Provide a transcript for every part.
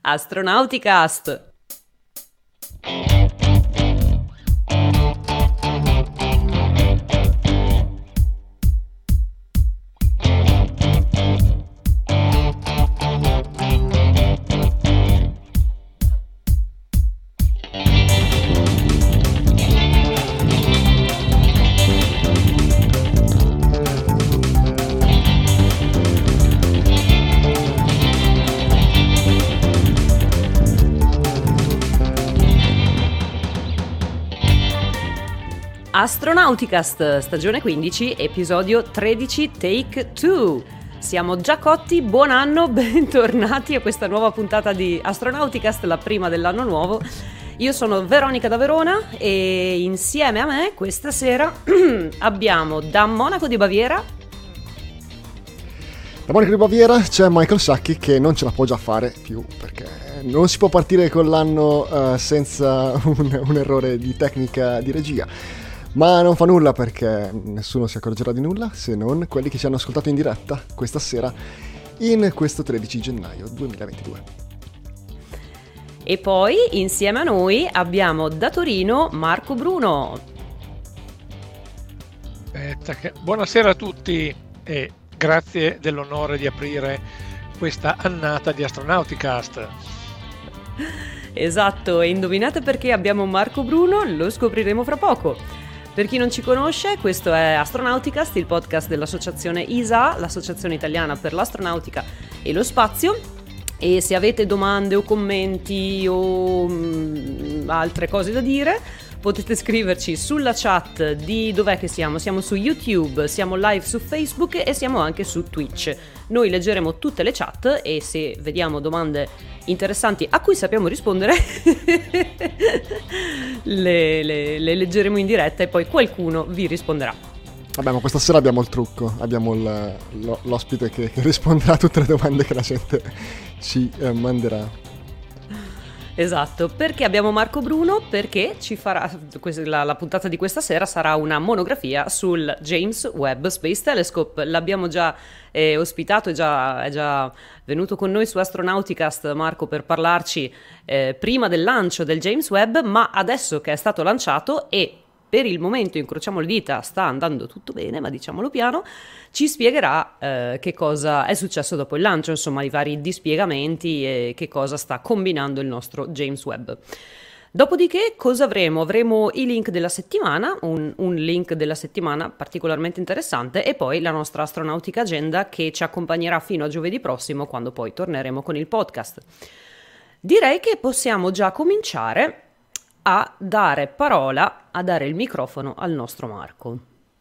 Astronauticast. Astronauticast, stagione 15, episodio 13, take 2. Siamo Giacotti, buon anno, bentornati a questa nuova puntata di Astronauticast, la prima dell'anno nuovo. Io sono Veronica da Verona e insieme a me questa sera abbiamo da Monaco di Baviera. Da Monaco di Baviera c'è Michael Sacchi che non ce la può già fare più perché non si può partire con l'anno senza un errore di tecnica di regia. Ma non fa nulla perché nessuno si accorgerà di nulla se non quelli che ci hanno ascoltato in diretta questa sera in questo 13 gennaio 2022. E poi insieme a noi abbiamo da Torino Marco Bruno. Buonasera a tutti e grazie dell'onore di aprire questa annata di Astronauticast. Esatto, e indovinate perché abbiamo Marco Bruno? Lo scopriremo fra poco. Per chi non ci conosce, questo è Astronauticast, il podcast dell'associazione ISA, l'associazione italiana per l'astronautica e lo spazio. E se avete domande o commenti o altre cose da dire, potete scriverci sulla chat di dov'è che siamo. Siamo su YouTube, siamo live su Facebook e siamo anche su Twitch. Noi leggeremo tutte le chat e se vediamo domande interessanti a cui sappiamo rispondere le leggeremo in diretta e poi qualcuno vi risponderà. Vabbè, ma questa sera abbiamo il trucco, abbiamo l'ospite che risponderà a tutte le domande che la gente ci manderà. Esatto, perché abbiamo Marco Bruno? Perché ci farà la puntata di questa sera sarà una monografia sul James Webb Space Telescope. L'abbiamo già ospitato, è già venuto con noi su Astronauticast Marco per parlarci prima del lancio del James Webb, ma adesso che è stato lanciato e per il momento, incrociamo le dita, sta andando tutto bene, ma diciamolo piano, ci spiegherà che cosa è successo dopo il lancio, insomma i vari dispiegamenti e che cosa sta combinando il nostro James Webb. Dopodiché cosa avremo? Avremo i link della settimana, un link della settimana particolarmente interessante e poi la nostra astronautica agenda che ci accompagnerà fino a giovedì prossimo quando poi torneremo con il podcast. Direi che possiamo già cominciare a dare il microfono al nostro Marco.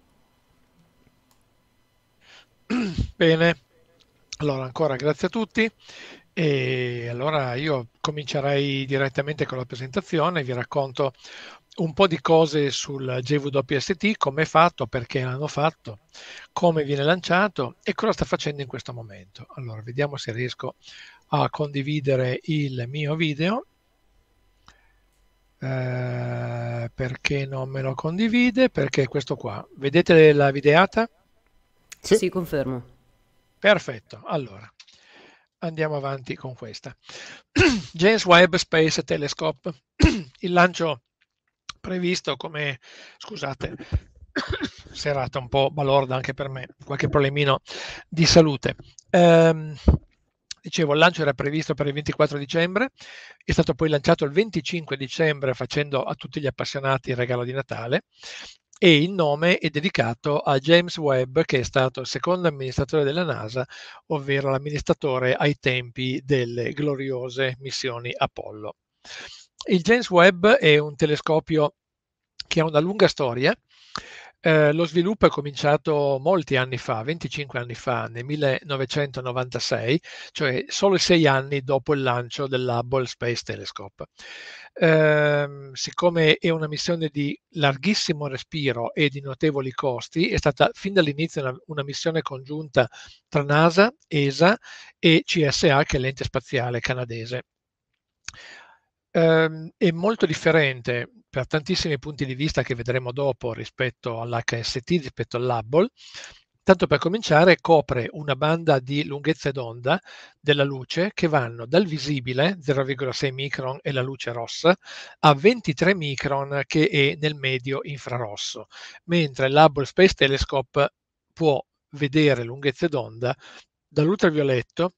Bene, allora ancora grazie a tutti e allora io comincerei direttamente con la presentazione, vi racconto un po' di cose sul JWST, come è fatto, perché l'hanno fatto, come viene lanciato e cosa sta facendo in questo momento. Allora vediamo se riesco a condividere il mio video. Perché non me lo condivide? Perché questo qua, vedete la videata? Sì, confermo. Perfetto, allora andiamo avanti con questa. James Webb Space Telescope, il lancio previsto come, scusate, serata un po' balorda anche per me, qualche problemino di salute. Dicevo, il lancio era previsto per il 24 dicembre, è stato poi lanciato il 25 dicembre facendo a tutti gli appassionati il regalo di Natale e il nome è dedicato a James Webb, che è stato il secondo amministratore della NASA, ovvero l'amministratore ai tempi delle gloriose missioni Apollo. Il James Webb è un telescopio che ha una lunga storia. Lo sviluppo è cominciato molti anni fa, 25 anni fa, nel 1996, cioè solo 6 anni dopo il lancio dell'Hubble Space Telescope. Siccome è una missione di larghissimo respiro e di notevoli costi, è stata fin dall'inizio una missione congiunta tra NASA, ESA e CSA, che è l'ente spaziale canadese. È molto differente per tantissimi punti di vista che vedremo dopo rispetto all'HST, rispetto all'Hubble, Tanto per cominciare, copre una banda di lunghezze d'onda della luce che vanno dal visibile, 0,6 micron e la luce rossa, a 23 micron che è nel medio infrarosso, mentre l'Hubble Space Telescope può vedere lunghezze d'onda dall'ultravioletto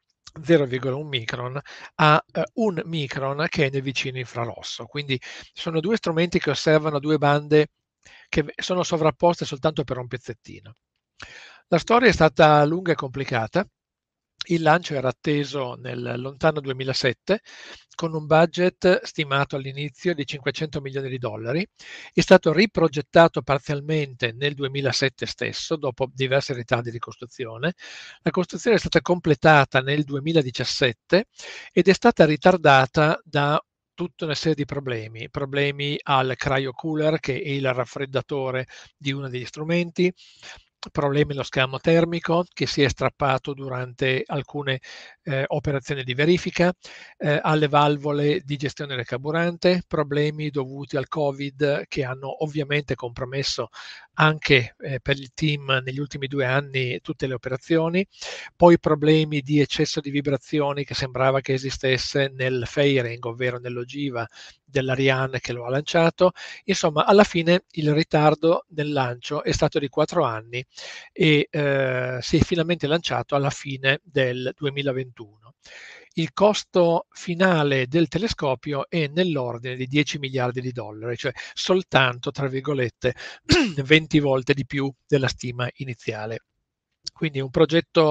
0,1 micron a 1 micron che è nel vicino infrarosso. Quindi sono due strumenti che osservano due bande che sono sovrapposte soltanto per un pezzettino. La storia è stata lunga e complicata. Il lancio era atteso nel lontano 2007 con un budget stimato all'inizio di 500 milioni di dollari. È stato riprogettato parzialmente nel 2007 stesso, dopo diversi ritardi di costruzione. La costruzione è stata completata nel 2017 ed è stata ritardata da tutta una serie di problemi al cryocooler, che è il raffreddatore di uno degli strumenti, problemi allo schermo termico che si è strappato durante alcune operazioni di verifica, alle valvole di gestione del carburante, problemi dovuti al Covid che hanno ovviamente compromesso anche per il team negli ultimi 2 anni tutte le operazioni, poi problemi di eccesso di vibrazioni che sembrava che esistesse nel fairing, ovvero nell'ogiva dell'Ariane che lo ha lanciato. Insomma, alla fine il ritardo del lancio è stato di 4 anni e si è finalmente lanciato alla fine del 2021. Il costo finale del telescopio è nell'ordine di 10 miliardi di dollari, cioè soltanto, tra virgolette, 20 volte di più della stima iniziale. Quindi un progetto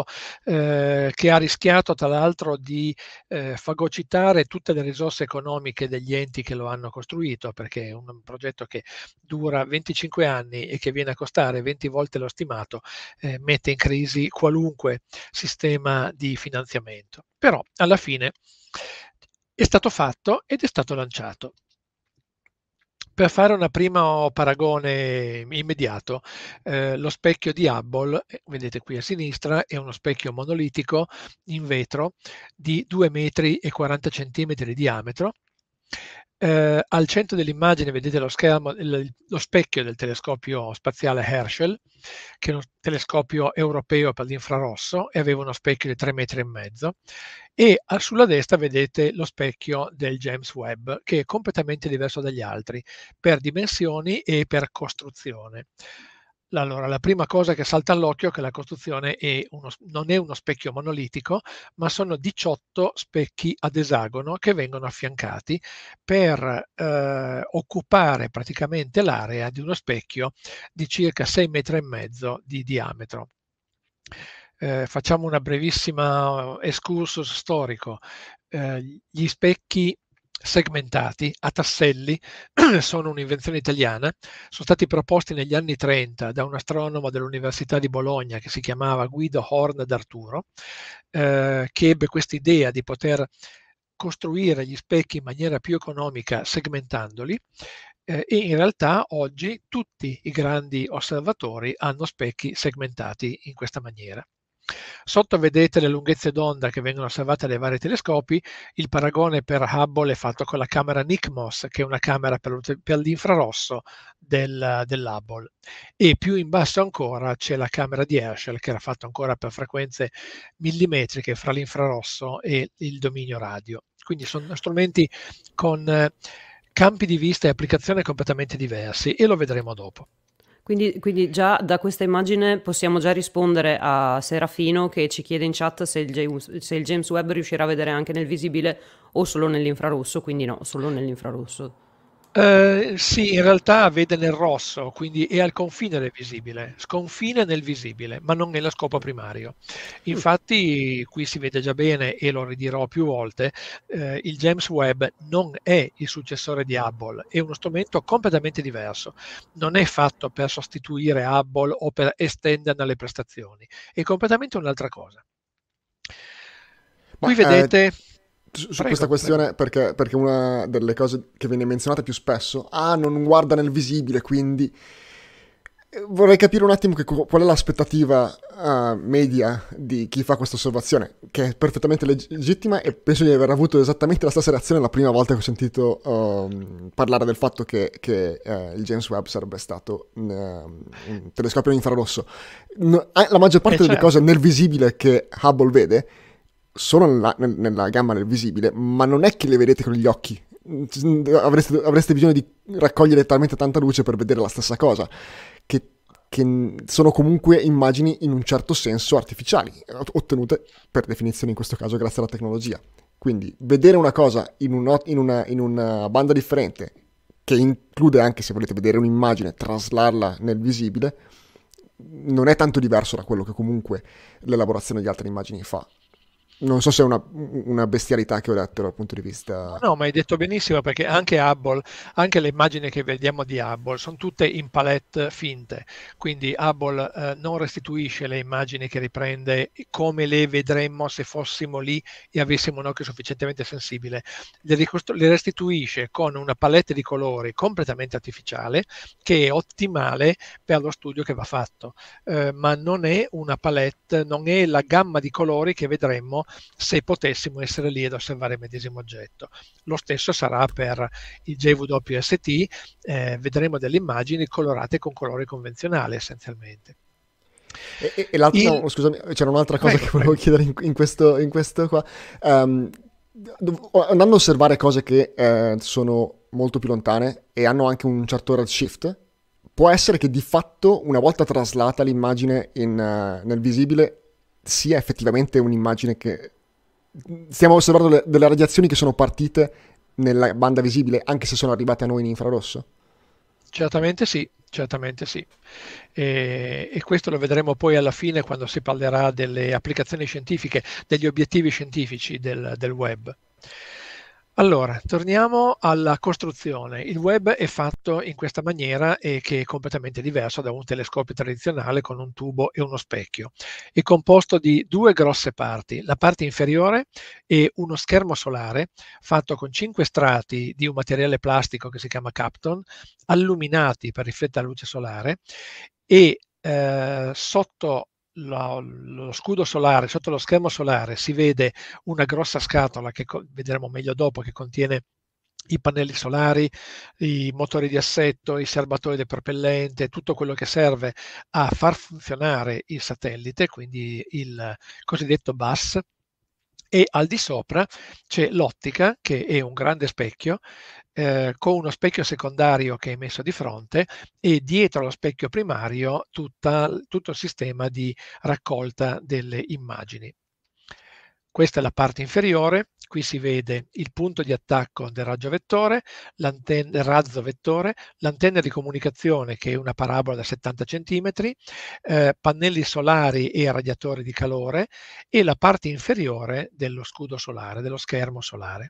che ha rischiato tra l'altro di fagocitare tutte le risorse economiche degli enti che lo hanno costruito, perché è un progetto che dura 25 anni e che viene a costare 20 volte lo stimato, mette in crisi qualunque sistema di finanziamento. Però alla fine è stato fatto ed è stato lanciato. Per fare un primo paragone immediato, lo specchio di Hubble, vedete qui a sinistra, è uno specchio monolitico in vetro di 2 metri e 40 centimetri di diametro. Al centro dell'immagine vedete lo schermo, lo specchio del telescopio spaziale Herschel, che è un telescopio europeo per l'infrarosso e aveva uno specchio di 3,5 metri, e sulla destra vedete lo specchio del James Webb, che è completamente diverso dagli altri per dimensioni e per costruzione. Allora, la prima cosa che salta all'occhio è che la costruzione non è uno specchio monolitico, ma sono 18 specchi ad esagono che vengono affiancati per occupare praticamente l'area di uno specchio di circa 6,5 metri di diametro. Facciamo una brevissima excursus storico. Gli specchi segmentati a tasselli sono un'invenzione italiana, sono stati proposti negli anni 30 da un astronomo dell'Università di Bologna che si chiamava Guido Horn d'Arturo, che ebbe questa idea di poter costruire gli specchi in maniera più economica segmentandoli, e in realtà oggi tutti i grandi osservatori hanno specchi segmentati in questa maniera. Sotto vedete le lunghezze d'onda che vengono osservate dai vari telescopi. Il paragone per Hubble è fatto con la camera NICMOS, che è una camera per l'infrarosso dell'Hubble, e più in basso ancora c'è la camera di Herschel, che era fatta ancora per frequenze millimetriche fra l'infrarosso e il dominio radio. Quindi sono strumenti con campi di vista e applicazione completamente diversi, e lo vedremo dopo. Quindi già da questa immagine possiamo già rispondere a Serafino che ci chiede in chat se il James Webb riuscirà a vedere anche nel visibile o solo nell'infrarosso, quindi no, solo nell'infrarosso. Sì, in realtà vede nel rosso, quindi è al confine del visibile, sconfina nel visibile, ma non nello scopo primario. Infatti qui si vede già bene, e lo ridirò più volte, il James Webb non è il successore di Hubble, è uno strumento completamente diverso, non è fatto per sostituire Hubble o per estenderne le prestazioni, è completamente un'altra cosa. Qui vedete... Su questa questione, perché una delle cose che viene menzionata più spesso, non guarda nel visibile, quindi Vorrei capire un attimo qual è l'aspettativa media di chi fa questa osservazione, che è perfettamente legittima, e penso di aver avuto esattamente la stessa reazione la prima volta che ho sentito parlare del fatto che il James Webb sarebbe stato un telescopio infrarosso. La maggior parte delle cose nel visibile che Hubble vede sono nella gamma del visibile, ma non è che le vedete con gli occhi. Avreste bisogno di raccogliere talmente tanta luce per vedere la stessa cosa, che sono comunque immagini in un certo senso artificiali, ottenute per definizione in questo caso grazie alla tecnologia. Quindi vedere una cosa in una banda differente, che include anche, se volete vedere un'immagine, traslarla nel visibile, non è tanto diverso da quello che comunque l'elaborazione di altre immagini fa. Non so se è una bestialità che ho detto dal punto di vista... No, ma hai detto benissimo, perché anche Hubble, anche le immagini che vediamo di Hubble sono tutte in palette finte, quindi Hubble non restituisce le immagini che riprende come le vedremmo se fossimo lì e avessimo un occhio sufficientemente sensibile, le restituisce con una palette di colori completamente artificiale che è ottimale per lo studio che va fatto, ma non è una palette, non è la gamma di colori che vedremmo se potessimo essere lì ad osservare il medesimo oggetto. Lo stesso sarà per il JWST, vedremo delle immagini colorate con colori convenzionali essenzialmente. E l'altro, no, scusami, c'era un'altra cosa che volevo chiedere in questo qua. Andando a osservare cose che sono molto più lontane e hanno anche un certo redshift, può essere che di fatto, una volta traslata l'immagine nel visibile, sia effettivamente un'immagine che stiamo osservando delle radiazioni che sono partite nella banda visibile, anche se sono arrivate a noi in infrarosso? Certamente sì, certamente sì. E questo lo vedremo poi alla fine quando si parlerà delle applicazioni scientifiche, degli obiettivi scientifici del web. Allora, torniamo alla costruzione. Il web è fatto in questa maniera e che è completamente diverso da un telescopio tradizionale con un tubo e uno specchio. È composto di due grosse parti. La parte inferiore è uno schermo solare fatto con 5 strati di un materiale plastico che si chiama Kapton, alluminati per riflettere la luce solare, e sotto lo scudo solare, sotto lo schermo solare, si vede una grossa scatola che vedremo meglio dopo, che contiene i pannelli solari, i motori di assetto, i serbatoi del propellente, tutto quello che serve a far funzionare il satellite, quindi il cosiddetto bus. E al di sopra c'è l'ottica, che è un grande specchio, con uno specchio secondario che è messo di fronte, e dietro allo specchio primario tutto il sistema di raccolta delle immagini. Questa è la parte inferiore, qui si vede il punto di attacco del raggio vettore, il razzo vettore, l'antenna di comunicazione che è una parabola da 70 cm, pannelli solari e radiatori di calore, e la parte inferiore dello scudo solare, dello schermo solare.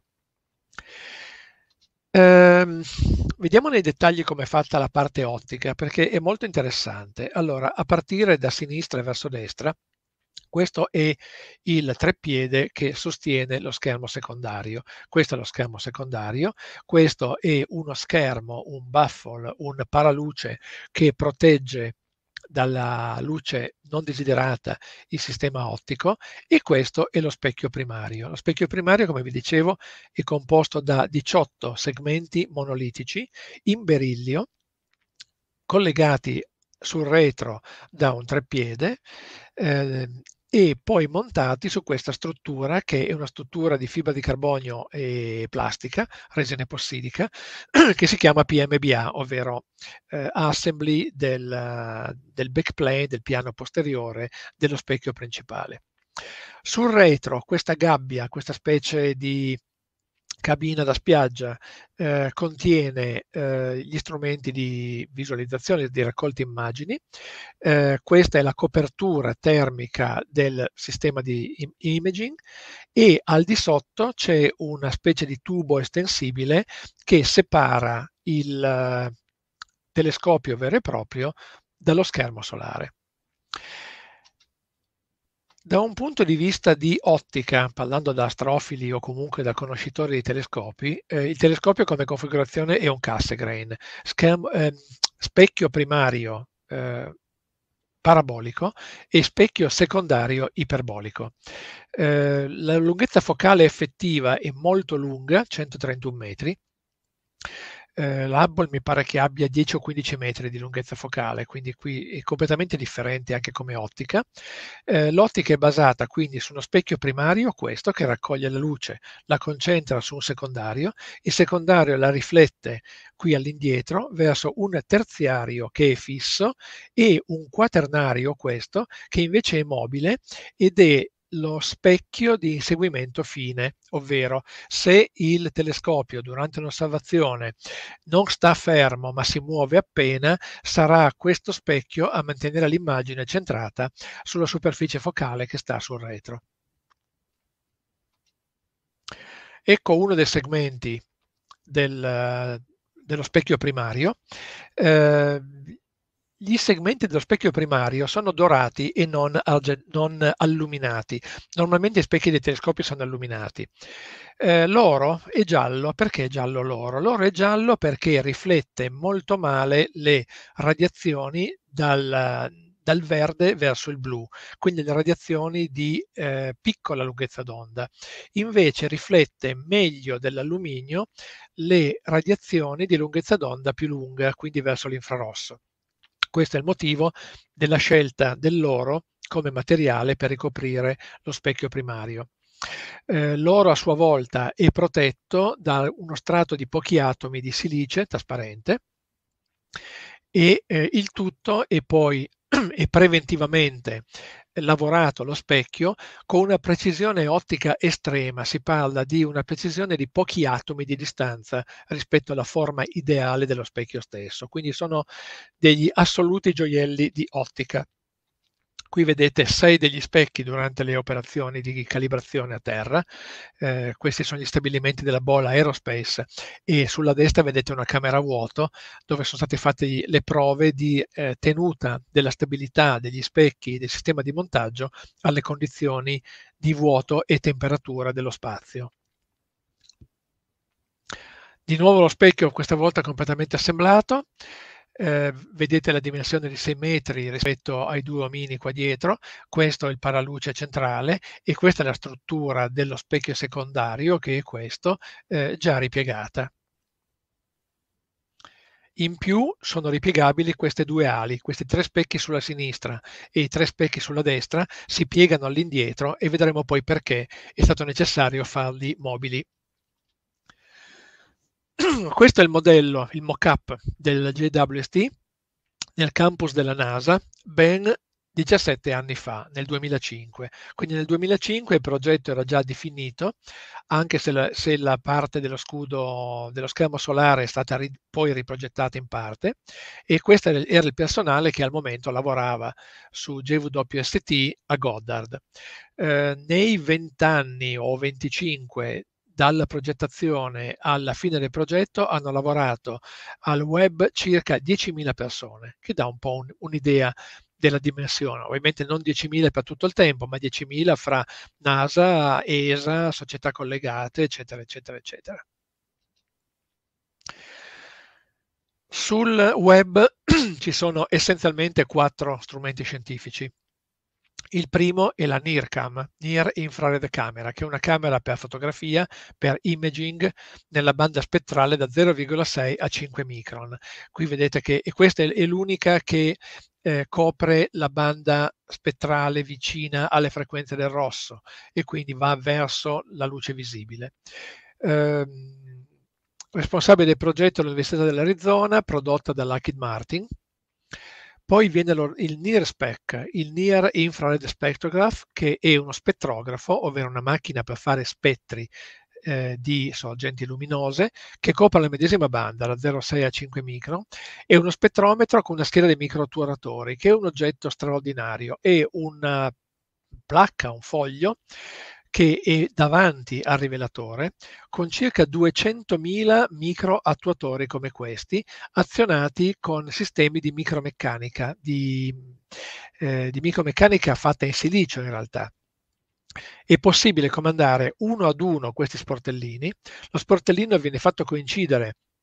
Vediamo nei dettagli come è fatta la parte ottica, perché è molto interessante. Allora, a partire da sinistra verso destra, questo è il treppiede che sostiene lo schermo secondario. Questo è lo schermo secondario, questo è uno schermo, un baffle, un paraluce che protegge dalla luce non desiderata il sistema ottico, e questo è lo specchio primario. Lo specchio primario, come vi dicevo, è composto da 18 segmenti monolitici in berillio, collegati sul retro da un treppiede, e poi montati su questa struttura, che è una struttura di fibra di carbonio e plastica, resina epossidica, che si chiama PMBA, ovvero assembly del backplane, del piano posteriore dello specchio principale. Sul retro questa gabbia, questa specie di cabina da spiaggia, contiene gli strumenti di visualizzazione, di raccolta immagini. Questa è la copertura termica del sistema di imaging, e al di sotto c'è una specie di tubo estensibile che separa il telescopio vero e proprio dallo schermo solare. Da un punto di vista di ottica, parlando da astrofili o comunque da conoscitori dei telescopi, il telescopio come configurazione è un Cassegrain, specchio primario parabolico e specchio secondario iperbolico. La lunghezza focale effettiva è molto lunga, 131 metri. L'Hubble mi pare che abbia 10 o 15 metri di lunghezza focale, quindi qui è completamente differente anche come ottica. L'ottica è basata quindi su uno specchio primario, questo, che raccoglie la luce, la concentra su un secondario, il secondario la riflette qui all'indietro verso un terziario che è fisso e un quaternario, questo, che invece è mobile ed è lo specchio di inseguimento fine, ovvero se il telescopio durante un'osservazione non sta fermo ma si muove appena, sarà questo specchio a mantenere l'immagine centrata sulla superficie focale che sta sul retro. Ecco uno dei segmenti dello specchio primario. Gli segmenti dello specchio primario sono dorati e non alluminati. Normalmente i specchi dei telescopi sono illuminati. L'oro è giallo. Perché è giallo l'oro? L'oro è giallo perché riflette molto male le radiazioni dal verde verso il blu, quindi le radiazioni di piccola lunghezza d'onda. Invece riflette meglio dell'alluminio le radiazioni di lunghezza d'onda più lunga, quindi verso l'infrarosso. Questo è il motivo della scelta dell'oro come materiale per ricoprire lo specchio primario. L'oro a sua volta è protetto da uno strato di pochi atomi di silice trasparente e il tutto è poi è preventivamente lavorato lo specchio con una precisione ottica estrema. Si parla di una precisione di pochi atomi di distanza rispetto alla forma ideale dello specchio stesso. Quindi sono degli assoluti gioielli di ottica. Qui vedete 6 degli specchi durante le operazioni di calibrazione a terra. Questi sono gli stabilimenti della Ball Aerospace e sulla destra vedete una camera a vuoto dove sono state fatte le prove di tenuta della stabilità degli specchi del sistema di montaggio alle condizioni di vuoto e temperatura dello spazio. Di nuovo lo specchio questa volta completamente assemblato. Vedete la dimensione di 6 metri rispetto ai due omini qua dietro. Questo è il paraluce centrale e questa è la struttura dello specchio secondario, che è questo, già ripiegata. In più sono ripiegabili queste due ali, questi 3 specchi sulla sinistra e i 3 specchi sulla destra si piegano all'indietro e vedremo poi perché è stato necessario farli mobili. Questo è il modello, il mock-up del JWST nel campus della NASA ben 17 anni fa, nel 2005. Quindi nel 2005 il progetto era già definito, anche se la parte dello scudo dello schermo solare è stata poi riprogettata in parte, e questo era il personale che al momento lavorava su JWST a Goddard. Nei 20 anni o 25 dalla progettazione alla fine del progetto hanno lavorato al web circa 10.000 persone, che dà un po' un'idea della dimensione. Ovviamente non 10.000 per tutto il tempo, ma 10.000 fra NASA, ESA, società collegate, eccetera, eccetera, eccetera. Sul web ci sono essenzialmente 4 strumenti scientifici. Il primo è la NIRCam, Near Infrared Camera, che è una camera per fotografia, per imaging nella banda spettrale da 0,6 a 5 micron. Qui vedete che questa è l'unica che copre la banda spettrale vicina alle frequenze del rosso e quindi va verso la luce visibile. Responsabile del progetto all'Università dell'Arizona, prodotta da Lockheed Martin. Poi viene il NIRSpec, il Near Infrared Spectrograph, che è uno spettrografo, ovvero una macchina per fare spettri di sorgenti luminose, che copre la medesima banda, da 0,6 a 5 micron, e uno spettrometro con una scheda di microottuatori, che è un oggetto straordinario. È una placca, un foglio, che è davanti al rivelatore, con circa 200.000 microattuatori come questi, azionati con sistemi di micromeccanica, di micromeccanica fatta in silicio in realtà. È possibile comandare uno ad uno questi sportellini. Lo sportellino viene fatto coincidere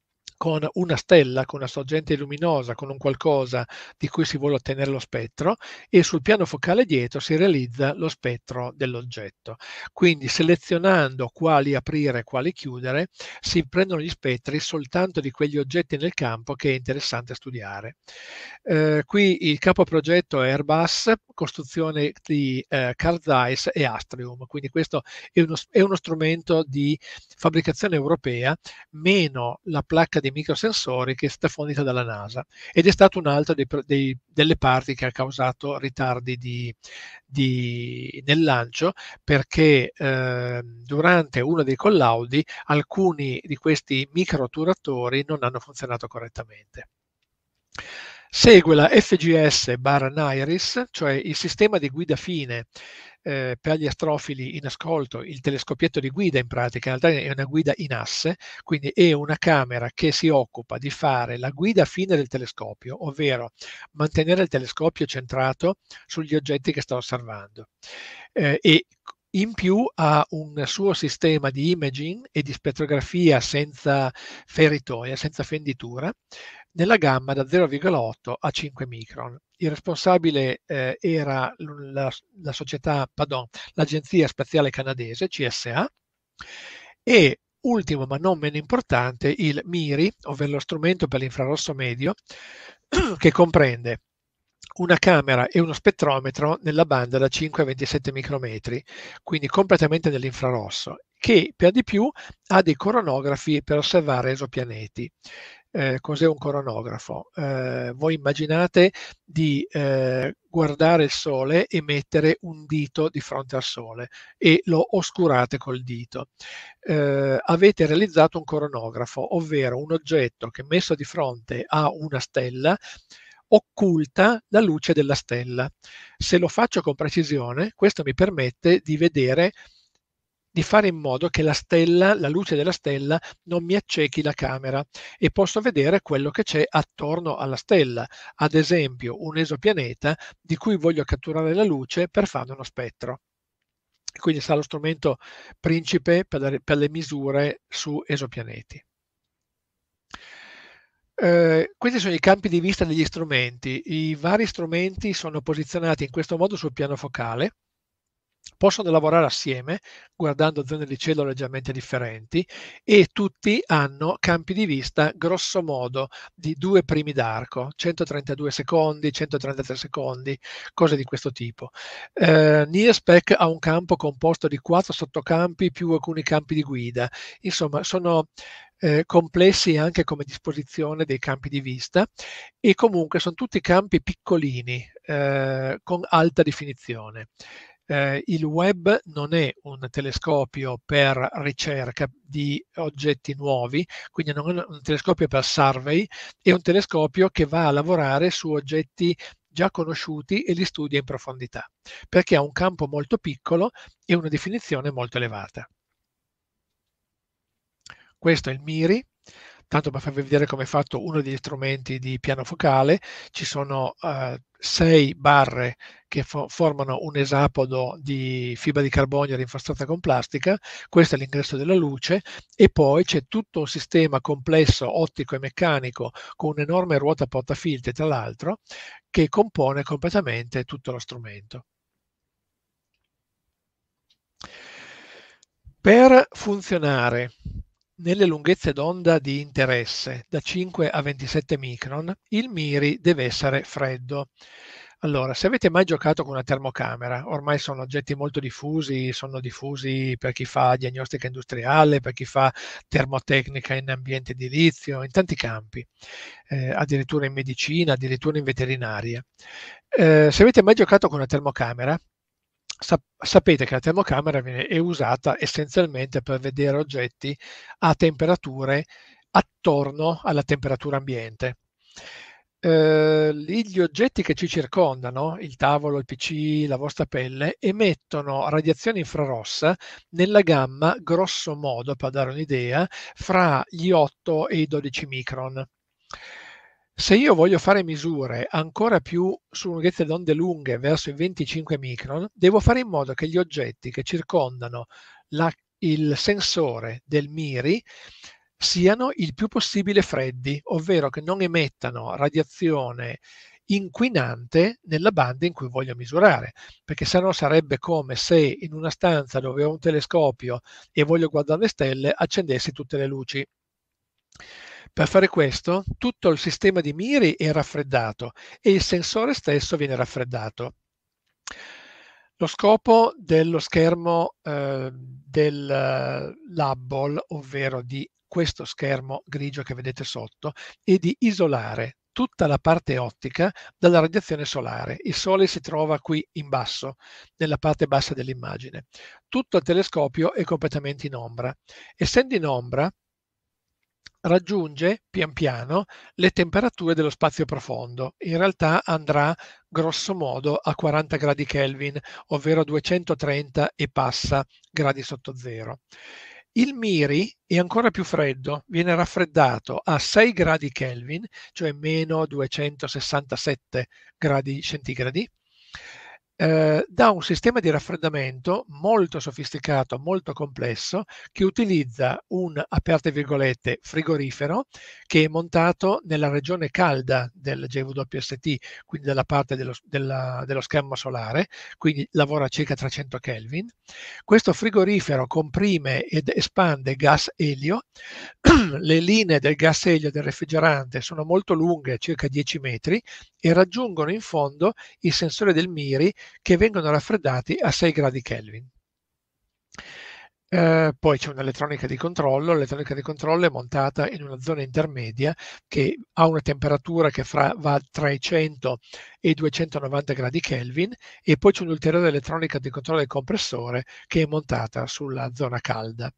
con una stella, con una sorgente luminosa, con un qualcosa di cui si vuole ottenere lo spettro, e sul piano focale dietro si realizza lo spettro dell'oggetto. Quindi selezionando quali aprire e quali chiudere, si prendono gli spettri soltanto di quegli oggetti nel campo che è interessante studiare. Qui il capo progetto è Airbus, costruzione di Carl Zeiss e Astrium, quindi questo è uno strumento di fabbricazione europea, meno la placca dei microsensori che è stata fornita dalla NASA, ed è stato un altro delle parti che ha causato ritardi nel lancio, perché durante uno dei collaudi alcuni di questi microturatori non hanno funzionato correttamente. Segue la FGS/NIRIS, cioè il sistema di guida fine per gli astrofili in ascolto, il telescopietto di guida in pratica, in realtà è una guida in asse, quindi è una camera che si occupa di fare la guida fine del telescopio, ovvero mantenere il telescopio centrato sugli oggetti che sta osservando. E in più ha un suo sistema di imaging e di spettrografia senza feritoia, senza fenditura, nella gamma da 0,8 a 5 micron. Il responsabile era l'Agenzia Spaziale Canadese, CSA, e ultimo ma non meno importante il MIRI, ovvero lo strumento per l'infrarosso medio, che comprende una camera e uno spettrometro nella banda da 5 a 27 micrometri, quindi completamente nell'infrarosso, che per di più ha dei coronografi per osservare esopianeti. Cos'è un coronografo? Voi immaginate di guardare il Sole e mettere un dito di fronte al Sole e lo oscurate col dito. Avete realizzato un coronografo, ovvero un oggetto che messo di fronte a una stella occulta la luce della stella. Se lo faccio con precisione, questo mi permette di vedere, di fare in modo che la stella, la luce della stella, non mi accechi la camera e posso vedere quello che c'è attorno alla stella, ad esempio un esopianeta di cui voglio catturare la luce per fare uno spettro. Quindi sarà lo strumento principe per le misure su esopianeti. Questi sono i campi di vista degli strumenti. I vari strumenti sono posizionati in questo modo sul piano focale, possono lavorare assieme guardando zone di cielo leggermente differenti, e tutti hanno campi di vista grosso modo di 2 primi d'arco, 132 secondi, 133 secondi, cose di questo tipo. NIRSpec ha un campo composto di 4 sottocampi più alcuni campi di guida. Insomma, sono complessi anche come disposizione dei campi di vista, e comunque sono tutti campi piccolini con alta definizione. Il Webb non è un telescopio per ricerca di oggetti nuovi, quindi non è un telescopio per survey, è un telescopio che va a lavorare su oggetti già conosciuti e li studia in profondità, perché ha un campo molto piccolo e una definizione molto elevata. Questo è il MIRI, tanto per farvi vedere come è fatto uno degli strumenti di piano focale. Ci sono 6 barre che formano un esapodo di fibra di carbonio rinforzata con plastica. Questo è l'ingresso della luce, e poi c'è tutto un sistema complesso ottico e meccanico con un'enorme ruota portafiltri, tra l'altro, che compone completamente tutto lo strumento. Per funzionare nelle lunghezze d'onda di interesse da 5 a 27 micron, il MIRI deve essere freddo. Allora, se avete mai giocato con una termocamera, ormai sono oggetti molto diffusi, sono diffusi per chi fa diagnostica industriale, per chi fa termotecnica in ambiente edilizio, in tanti campi, addirittura in medicina, addirittura in veterinaria. Se avete mai giocato con una termocamera, sapete che la termocamera è usata essenzialmente per vedere oggetti a temperature attorno alla temperatura ambiente. Gli oggetti che ci circondano, il tavolo, il PC, la vostra pelle, emettono radiazione infrarossa nella gamma, grosso modo, per dare un'idea, fra gli 8 e i 12 micron. Se io voglio fare misure ancora più su lunghezze d'onde lunghe, verso i 25 micron, devo fare in modo che gli oggetti che circondano il sensore del MIRI siano il più possibile freddi, ovvero che non emettano radiazione inquinante nella banda in cui voglio misurare, perché sennò sarebbe come se in una stanza dove ho un telescopio e voglio guardare le stelle accendessi tutte le luci. Per fare questo, tutto il sistema di miri è raffreddato e il sensore stesso viene raffreddato. Lo scopo dello schermo del Hubble, ovvero di questo schermo grigio che vedete sotto, è di isolare tutta la parte ottica dalla radiazione solare. Il Sole si trova qui in basso, nella parte bassa dell'immagine. Tutto il telescopio è completamente in ombra. Essendo in ombra, raggiunge pian piano le temperature dello spazio profondo. In realtà andrà grosso modo a 40 gradi Kelvin, ovvero 230 e passa gradi sotto zero. Il MIRI è ancora più freddo, viene raffreddato a 6 gradi Kelvin, cioè meno 267 gradi centigradi, da un sistema di raffreddamento molto sofisticato, molto complesso, che utilizza un, aperte virgolette, frigorifero che è montato nella regione calda del JWST, quindi dalla parte dello schermo solare, quindi lavora a circa 300 Kelvin. Questo frigorifero comprime ed espande gas elio. Le linee del gas elio del refrigerante sono molto lunghe, circa 10 metri, e raggiungono in fondo i sensori del MIRI che vengono raffreddati a 6 gradi Kelvin. Poi c'è un'elettronica di controllo. L'elettronica di controllo è montata in una zona intermedia che ha una temperatura che va tra i 100 e i 290 gradi Kelvin, e poi c'è un'ulteriore elettronica di controllo del compressore che è montata sulla zona calda.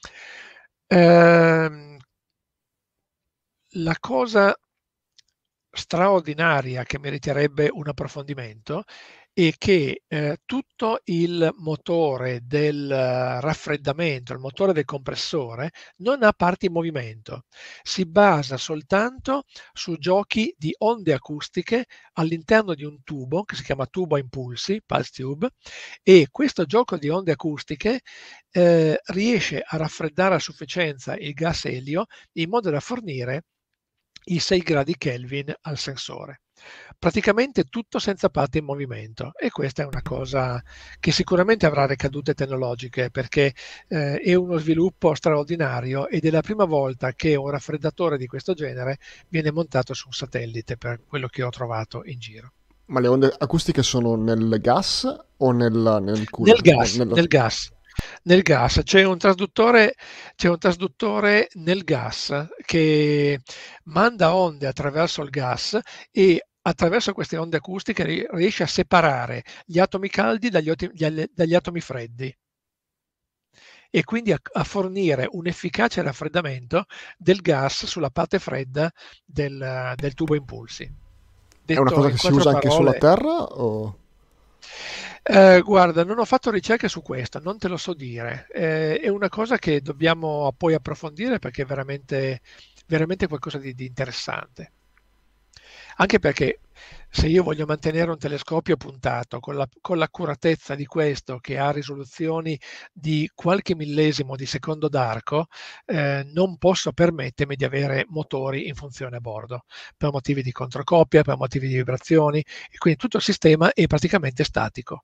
La cosa straordinaria che meriterebbe un approfondimento è che tutto il motore del raffreddamento, il motore del compressore, non ha parti in movimento. Si basa soltanto su giochi di onde acustiche all'interno di un tubo che si chiama tubo a impulsi, pulse tube, e questo gioco di onde acustiche riesce a raffreddare a sufficienza il gas elio in modo da fornire i 6 gradi Kelvin al sensore. Praticamente tutto senza parti in movimento, e questa è una cosa che sicuramente avrà ricadute tecnologiche, perché è uno sviluppo straordinario ed è la prima volta che un raffreddatore di questo genere viene montato su un satellite, per quello che ho trovato in giro. Ma le onde acustiche sono nel gas o nel cooler? Nel gas. Nel gas c'è un trasduttore nel gas che manda onde attraverso il gas, e attraverso queste onde acustiche riesce a separare gli atomi caldi dagli atomi freddi, e quindi a fornire un efficace raffreddamento del gas sulla parte fredda del tubo impulsi. È una cosa che si usa anche sulla Terra? O? Guarda, non ho fatto ricerche su questo, non te lo so dire. È una cosa che dobbiamo poi approfondire, perché è veramente qualcosa di interessante. Anche perché se io voglio mantenere un telescopio puntato con l'accuratezza di questo, che ha risoluzioni di qualche millesimo di secondo d'arco, non posso permettermi di avere motori in funzione a bordo, per motivi di controcopia, per motivi di vibrazioni, e quindi tutto il sistema è praticamente statico.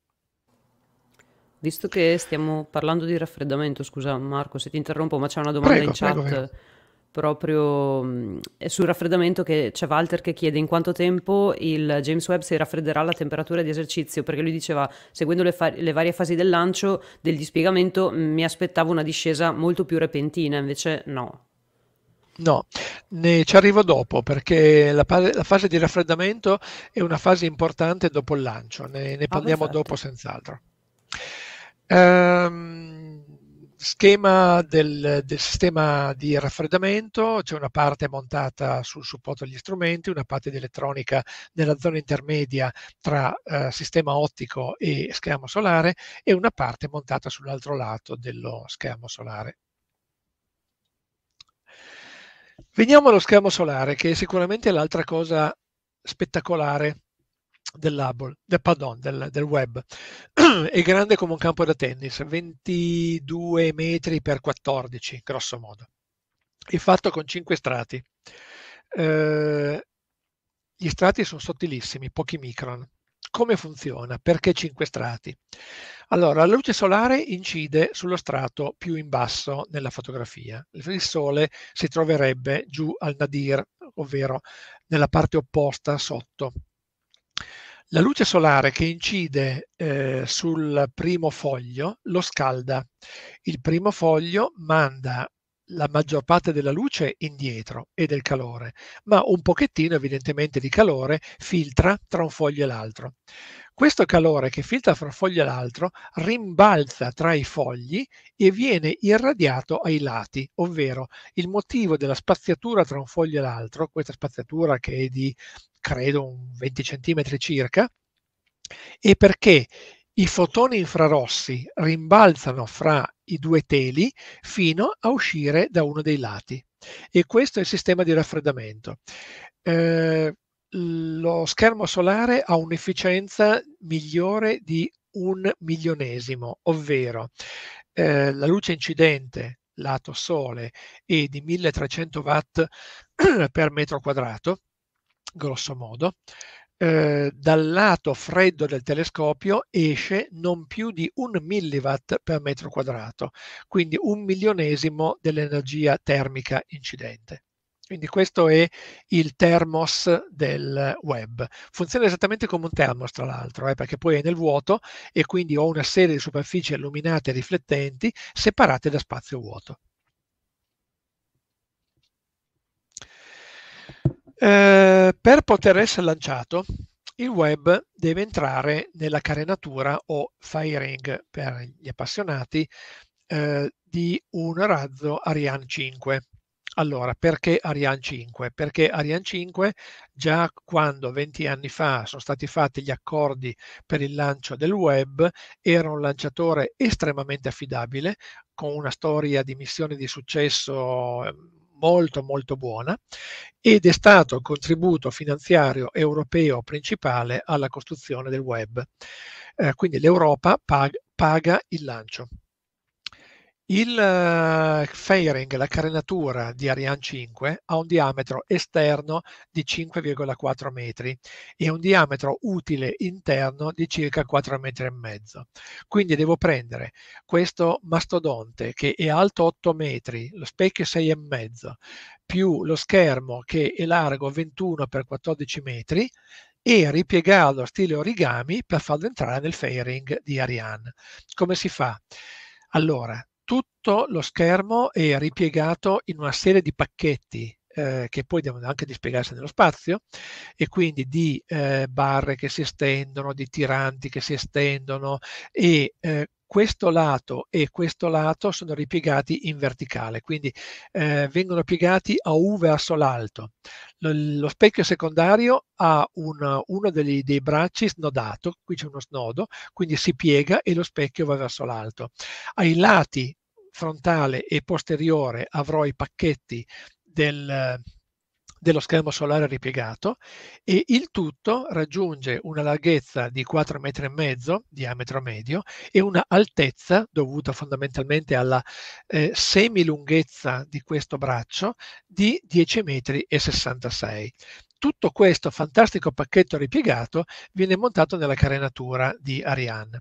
Visto che stiamo parlando di raffreddamento, scusa Marco se ti interrompo, ma c'è una domanda in chat Prego. proprio sul raffreddamento, che c'è Walter che chiede in quanto tempo il James Webb si raffredderà alla temperatura di esercizio, perché lui diceva, seguendo le varie fasi del lancio, del dispiegamento, mi aspettavo una discesa molto più repentina, invece no. No, ci arrivo dopo, perché la fase di raffreddamento è una fase importante dopo il lancio, ne parliamo dopo senz'altro. Schema del sistema di raffreddamento: c'è una parte montata sul supporto degli strumenti, una parte di elettronica nella zona intermedia tra sistema ottico e schermo solare, e una parte montata sull'altro lato dello schermo solare. Veniamo allo schermo solare, che è sicuramente l'altra cosa spettacolare del web. È grande come un campo da tennis, 22 metri per 14, grosso modo. è fatto con 5 strati. Gli strati sono sottilissimi, pochi micron. Come funziona? Perché 5 strati? Allora, la luce solare incide sullo strato più in basso nella fotografia. Il Sole si troverebbe giù al nadir, ovvero nella parte opposta sotto. La luce solare che incide sul primo foglio lo scalda. Il primo foglio manda la maggior parte della luce indietro e del calore, ma un pochettino evidentemente di calore filtra tra un foglio e l'altro. Questo calore che filtra tra un foglio e l'altro rimbalza tra i fogli e viene irradiato ai lati, ovvero il motivo della spaziatura tra un foglio e l'altro, questa spaziatura che è di credo un 20 centimetri circa, è perché i fotoni infrarossi rimbalzano fra i due teli fino a uscire da uno dei lati. E questo è il sistema di raffreddamento. Lo schermo solare ha un'efficienza migliore di 1 milionesimo, ovvero la luce incidente lato sole è di 1300 watt per metro quadrato, grosso modo. Dal lato freddo del telescopio esce non più di 1 milliwatt per metro quadrato, quindi 1 milionesimo dell'energia termica incidente. Quindi questo è il thermos del web. Funziona esattamente come un thermos, tra l'altro, perché poi è nel vuoto e quindi ho una serie di superfici illuminate e riflettenti separate da spazio vuoto. Per poter essere lanciato, il web deve entrare nella carenatura o firing per gli appassionati di un razzo Ariane 5. Allora, perché Ariane 5? Perché Ariane 5 già quando 20 anni fa sono stati fatti gli accordi per il lancio del web era un lanciatore estremamente affidabile con una storia di missioni di successo molto molto buona ed è stato il contributo finanziario europeo principale alla costruzione del web. Quindi l'Europa paga il lancio. Il fairing, la carenatura di Ariane 5, ha un diametro esterno di 5,4 metri e un diametro utile interno di circa 4 metri e mezzo. Quindi devo prendere questo mastodonte che è alto 8 metri, lo specchio 6,5, più lo schermo che è largo 21 x 14 metri e ripiegarlo stile origami per farlo entrare nel fairing di Ariane. Come si fa? Allora, tutto lo schermo è ripiegato in una serie di pacchetti che poi devono anche dispiegarsi nello spazio e quindi di barre che si estendono, di tiranti che si estendono e questo lato e questo lato sono ripiegati in verticale, quindi vengono piegati a U verso l'alto. Lo specchio secondario ha uno dei bracci snodato, qui c'è uno snodo, quindi si piega e lo specchio va verso l'alto. Ai lati frontale e posteriore avrò i pacchetti dello schermo solare ripiegato e il tutto raggiunge una larghezza di 4,5 metri, diametro medio, e una altezza dovuta fondamentalmente alla semilunghezza di questo braccio di 10,66 metri. Tutto questo fantastico pacchetto ripiegato viene montato nella carenatura di Ariane.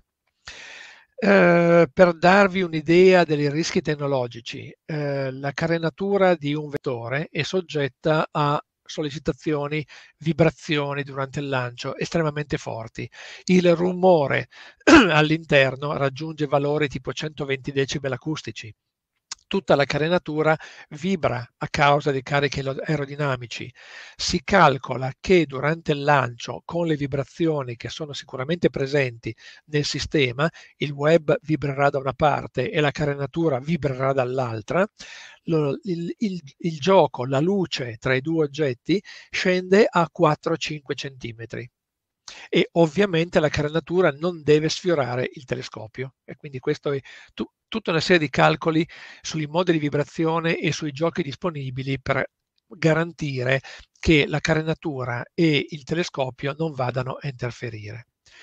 Per darvi un'idea dei rischi tecnologici, la carenatura di un vettore è soggetta a sollecitazioni, vibrazioni durante il lancio estremamente forti. Il rumore all'interno raggiunge valori tipo 120 decibel acustici. Tutta la carenatura vibra a causa dei carichi aerodinamici. Si calcola che durante il lancio, con le vibrazioni che sono sicuramente presenti nel sistema, il web vibrerà da una parte e la carenatura vibrerà dall'altra. Il gioco, la luce tra i due oggetti scende a 4-5 centimetri. E ovviamente la carenatura non deve sfiorare il telescopio e quindi questo è tutta una serie di calcoli sui modi di vibrazione e sui giochi disponibili per garantire che la carenatura e il telescopio non vadano a interferire.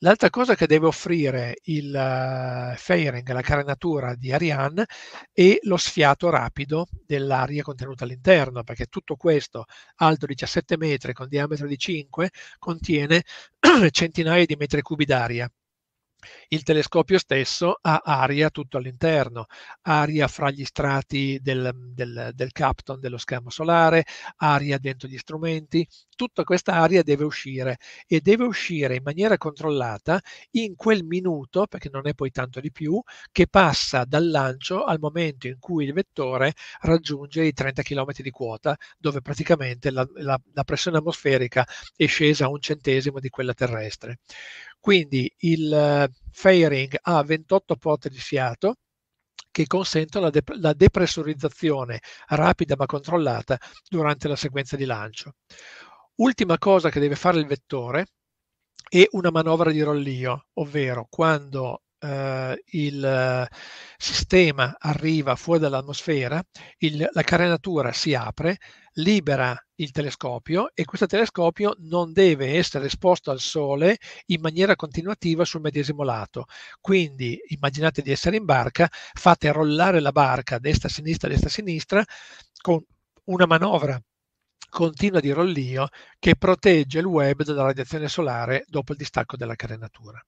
L'altra cosa che deve offrire il fairing, la carenatura di Ariane, è lo sfiato rapido dell'aria contenuta all'interno, perché tutto questo, alto 17 metri con diametro di 5, contiene centinaia di metri cubi d'aria. Il telescopio stesso ha aria tutto all'interno, aria fra gli strati del Kapton, dello schermo solare, aria dentro gli strumenti. Tutta questa aria deve uscire e deve uscire in maniera controllata in quel minuto, perché non è poi tanto di più, che passa dal lancio al momento in cui il vettore raggiunge i 30 km di quota, dove praticamente la pressione atmosferica è scesa a 1/100 di quella terrestre. Quindi il fairing ha 28 porte di fiato che consentono la depressurizzazione rapida ma controllata durante la sequenza di lancio. Ultima cosa che deve fare il vettore è una manovra di rollio, ovvero quando il sistema arriva fuori dall'atmosfera, la carenatura si apre, libera il telescopio e questo telescopio non deve essere esposto al sole in maniera continuativa sul medesimo lato. Quindi immaginate di essere in barca, fate rollare la barca destra-sinistra con una manovra continua di rollio che protegge il web dalla radiazione solare dopo il distacco della carenatura.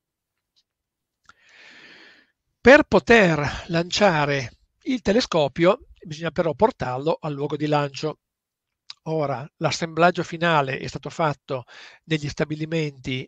Per poter lanciare il telescopio bisogna però portarlo al luogo di lancio. Ora, l'assemblaggio finale è stato fatto negli stabilimenti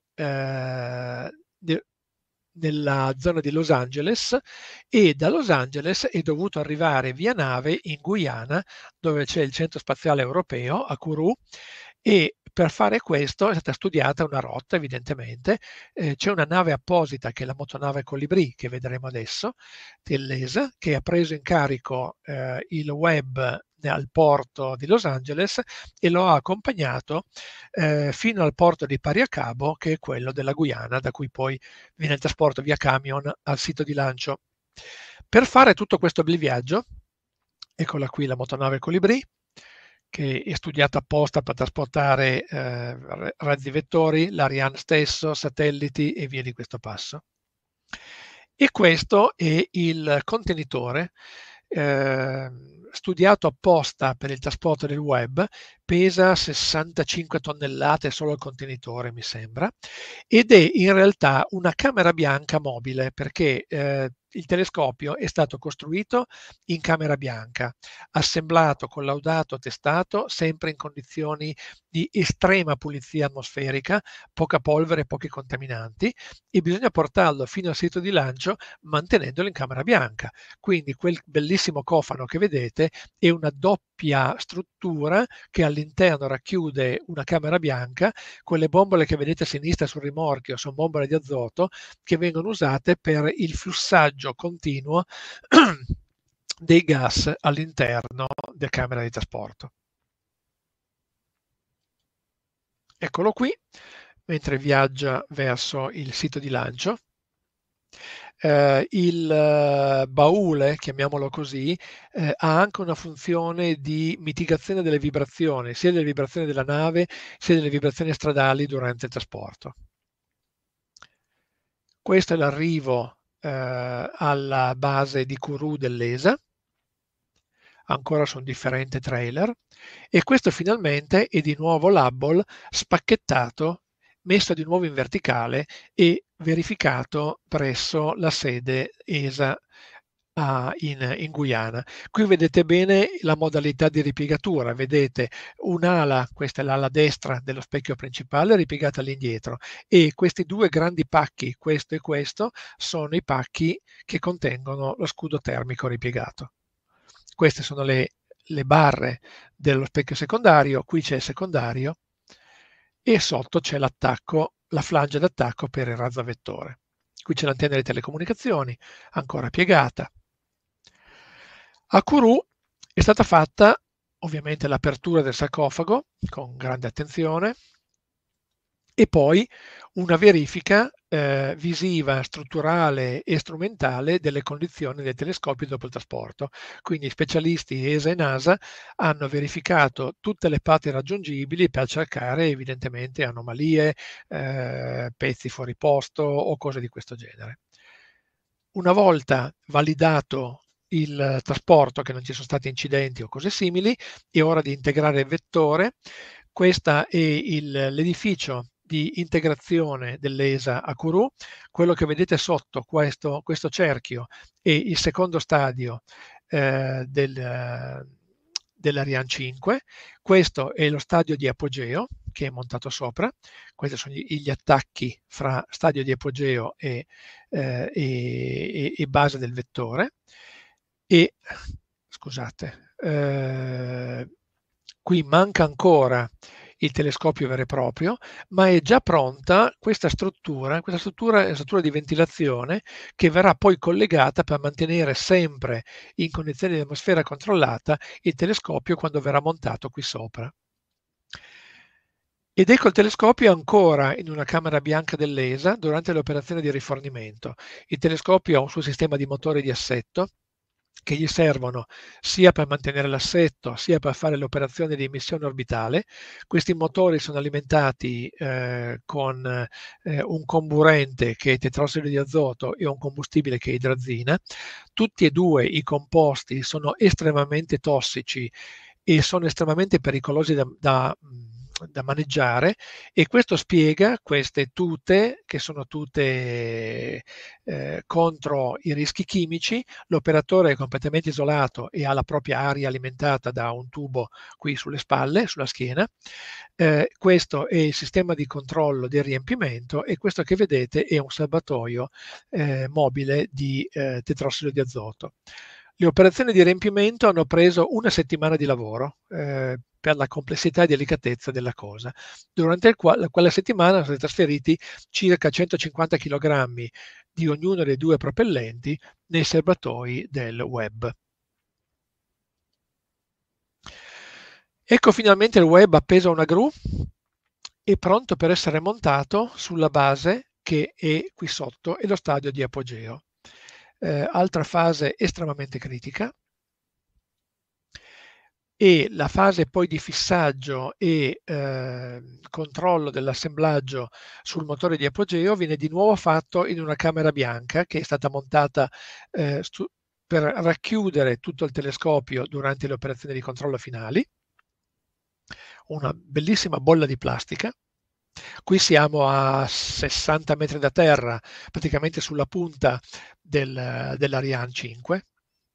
nella zona di Los Angeles e da Los Angeles è dovuto arrivare via nave in Guyana, dove c'è il centro spaziale europeo a Kourou, e per fare questo è stata studiata una rotta, evidentemente. C'è una nave apposita che è la motonave Colibri, che vedremo adesso, dell'ESA, che ha preso in carico il web al porto di Los Angeles e lo ha accompagnato fino al porto di Pariacabo, che è quello della Guyana, da cui poi viene il trasporto via camion al sito di lancio. Per fare tutto questo bel viaggio, eccola qui la motonave Colibri, che è studiata apposta per trasportare razzi vettori, l'Ariane stesso, satelliti e via di questo passo. E questo è il contenitore studiato apposta per il trasporto del web, pesa 65 tonnellate solo il contenitore, mi sembra, ed è in realtà una camera bianca mobile, perché il telescopio è stato costruito in camera bianca, assemblato, collaudato, testato, sempre in condizioni di estrema pulizia atmosferica, poca polvere, pochi contaminanti, e bisogna portarlo fino al sito di lancio mantenendolo in camera bianca. Quindi quel bellissimo cofano che vedete è una doppia struttura che all'interno racchiude una camera bianca. Quelle bombole che vedete a sinistra sul rimorchio sono bombole di azoto che vengono usate per il flussaggio continuo dei gas all'interno della camera di trasporto. Eccolo qui, mentre viaggia verso il sito di lancio. Il baule, chiamiamolo così, ha anche una funzione di mitigazione delle vibrazioni, sia delle vibrazioni della nave, sia delle vibrazioni stradali durante il trasporto. Questo è l'arrivo alla base di Kourou dell'ESA, ancora su un differente trailer, e questo finalmente è di nuovo l'Hubble spacchettato, messo di nuovo in verticale e verificato presso la sede ESA in Guyana. Qui vedete bene la modalità di ripiegatura, vedete un'ala, questa è l'ala destra dello specchio principale, ripiegata all'indietro, e questi due grandi pacchi, questo e questo, sono i pacchi che contengono lo scudo termico ripiegato. Queste sono le barre dello specchio secondario, qui c'è il secondario e sotto c'è l'attacco, la flangia d'attacco per il razzo vettore. Qui c'è l'antenna di telecomunicazioni, ancora piegata. A Kourou è stata fatta ovviamente l'apertura del sarcofago con grande attenzione. e poi una verifica visiva, strutturale e strumentale delle condizioni dei telescopi dopo il trasporto. Quindi specialisti ESA e NASA hanno verificato tutte le parti raggiungibili per cercare evidentemente anomalie, pezzi fuori posto o cose di questo genere. Una volta validato il trasporto, che non ci sono stati incidenti o cose simili, è ora di integrare il vettore. Questo è l'edificio di integrazione dell'ESA a Kourou. Quello che vedete sotto questo cerchio è il secondo stadio dell'Ariane 5. Questo è lo stadio di apogeo che è montato sopra. Questi sono gli attacchi fra stadio di apogeo e base del vettore. E scusate, qui manca ancora il telescopio vero e proprio, ma è già pronta questa struttura è una struttura di ventilazione che verrà poi collegata per mantenere sempre in condizioni di atmosfera controllata il telescopio quando verrà montato qui sopra. Ed ecco il telescopio ancora in una camera bianca dell'ESA durante l'operazione di rifornimento. Il telescopio ha un suo sistema di motori di assetto che gli servono sia per mantenere l'assetto sia per fare l'operazione di emissione orbitale. Questi motori sono alimentati con un comburente che è tetrossido di azoto e un combustibile che è idrazina. Tutti e due i composti sono estremamente tossici e sono estremamente pericolosi da maneggiare, e questo spiega queste tute che sono tute contro i rischi chimici. L'operatore è completamente isolato e ha la propria aria alimentata da un tubo qui sulle spalle, sulla schiena. Questo è il sistema di controllo del riempimento, e questo che vedete è un serbatoio mobile di tetrossido di azoto. Le operazioni di riempimento hanno preso una settimana di lavoro per la complessità e delicatezza della cosa, durante quella settimana sono stati trasferiti circa 150 kg di ognuno dei due propellenti nei serbatoi del Webb. Ecco finalmente il Webb appeso a una gru e pronto per essere montato sulla base che è qui sotto e lo stadio di apogeo. Altra fase estremamente critica. E la fase poi di fissaggio e controllo dell'assemblaggio sul motore di apogeo viene di nuovo fatto in una camera bianca che è stata montata per racchiudere tutto il telescopio durante le operazioni di controllo finali. Una bellissima bolla di plastica. Qui siamo a 60 metri da terra, praticamente sulla punta dell'Ariane 5.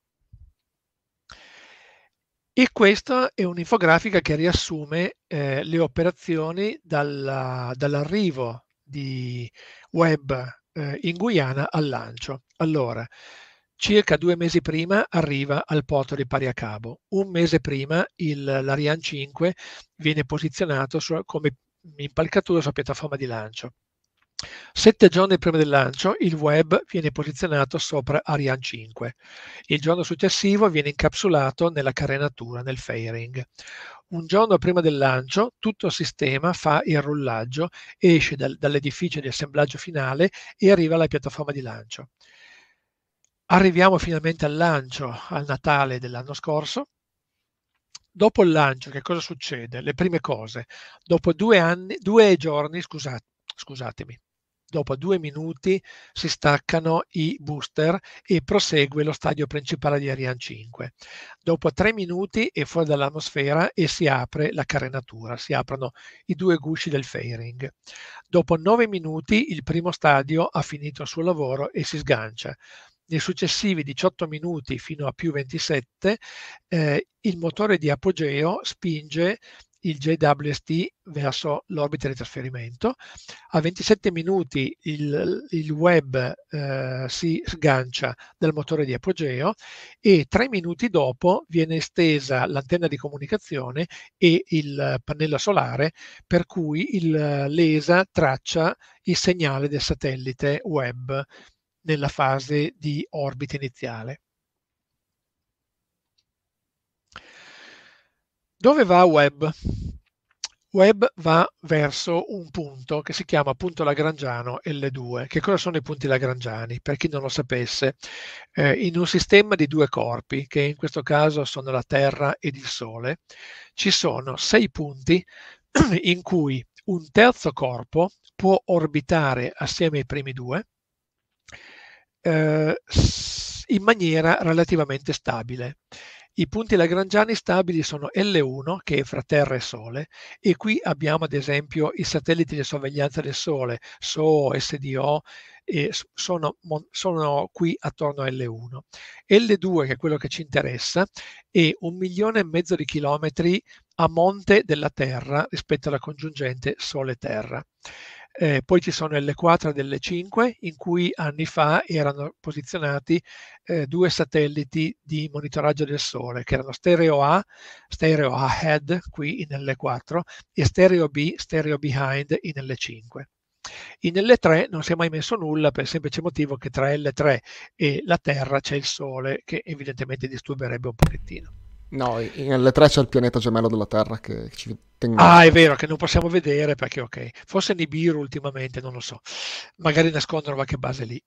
E questa è un'infografica che riassume le operazioni dall'arrivo di Webb in Guyana al lancio. Allora, circa 2 mesi prima arriva al porto di Pariacabo. Un mese prima l'Ariane 5 viene posizionato come impalcatura sulla piattaforma di lancio. 7 giorni prima del lancio il Webb viene posizionato sopra Ariane 5. Il giorno successivo viene incapsulato nella carenatura, nel fairing. Un giorno prima del lancio tutto il sistema fa il rullaggio, esce dall'edificio di assemblaggio finale e arriva alla piattaforma di lancio. Arriviamo finalmente al lancio, al Natale dell'anno scorso. Dopo il lancio che cosa succede? Le prime cose. Dopo 2 giorni, scusatemi, dopo 2 minuti si staccano i booster e prosegue lo stadio principale di Ariane 5. Dopo 3 minuti è fuori dall'atmosfera e si apre la carenatura, si aprono i 2 gusci del fairing. Dopo 9 minuti il primo stadio ha finito il suo lavoro e si sgancia. Nei successivi 18 minuti fino a più 27 il motore di apogeo spinge il JWST verso l'orbita di trasferimento. A 27 minuti il Webb si sgancia dal motore di apogeo e 3 minuti dopo viene estesa l'antenna di comunicazione e il pannello solare, per cui l'ESA traccia il segnale del satellite Webb nella fase di orbita iniziale. Dove va Webb? Webb va verso un punto che si chiama punto lagrangiano L2. Che cosa sono i punti lagrangiani? Per chi non lo sapesse, in un sistema di due corpi, che in questo caso sono la Terra ed il Sole, ci sono 6 punti in cui un terzo corpo può orbitare assieme ai primi due in maniera relativamente stabile. I punti lagrangiani stabili sono L1, che è fra Terra e Sole, e qui abbiamo ad esempio i satelliti di sorveglianza del Sole, SOO, SDO, sono qui attorno a L1. L2, che è quello che ci interessa, è 1,5 milioni di chilometri a monte della Terra rispetto alla congiungente Sole-Terra. Poi ci sono L4 e L5, in cui anni fa erano posizionati 2 satelliti di monitoraggio del Sole, che erano Stereo A Head qui in L4 e Stereo B, Stereo Behind in L5. In L3 non si è mai messo nulla per il semplice motivo che tra L3 e la Terra c'è il Sole, che evidentemente disturberebbe un pochettino. No, in L3 c'è il pianeta gemello della Terra che ci tengo. Ah, è vero che non possiamo vedere perché, ok, forse Nibiru ultimamente, non lo so, magari nascondono qualche base lì.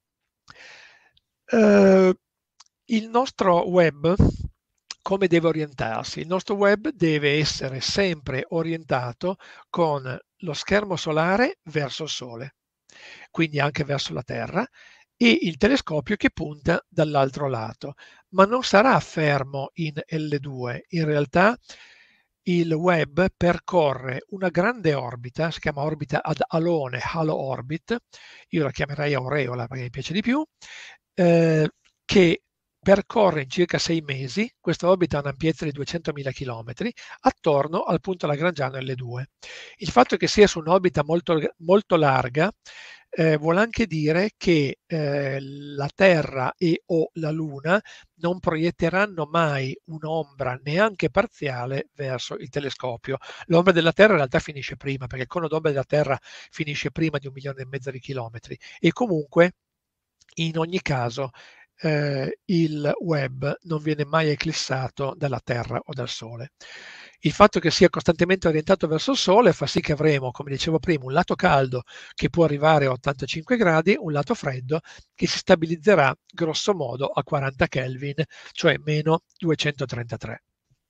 Il nostro web, come deve orientarsi? Il nostro web deve essere sempre orientato con lo schermo solare verso il Sole, quindi anche verso la Terra, e il telescopio che punta dall'altro lato, ma non sarà fermo in L2. In realtà il web percorre una grande orbita, si chiama orbita ad alone, halo orbit, io la chiamerei aureola perché mi piace di più, che percorre in circa 6 mesi, questa orbita ha un'ampiezza di 200.000 km, attorno al punto lagrangiano L2. Il fatto che sia su un'orbita molto, molto larga vuole anche dire che la Terra e o la Luna non proietteranno mai un'ombra neanche parziale verso il telescopio. L'ombra della Terra in realtà finisce prima, perché il cono d'ombra della Terra finisce prima di 1,5 milioni di chilometri, e comunque in ogni caso il web non viene mai eclissato dalla Terra o dal Sole. Il fatto che sia costantemente orientato verso il Sole fa sì che avremo, come dicevo prima, un lato caldo che può arrivare a 85 gradi, un lato freddo che si stabilizzerà grosso modo a 40 Kelvin, cioè meno 233.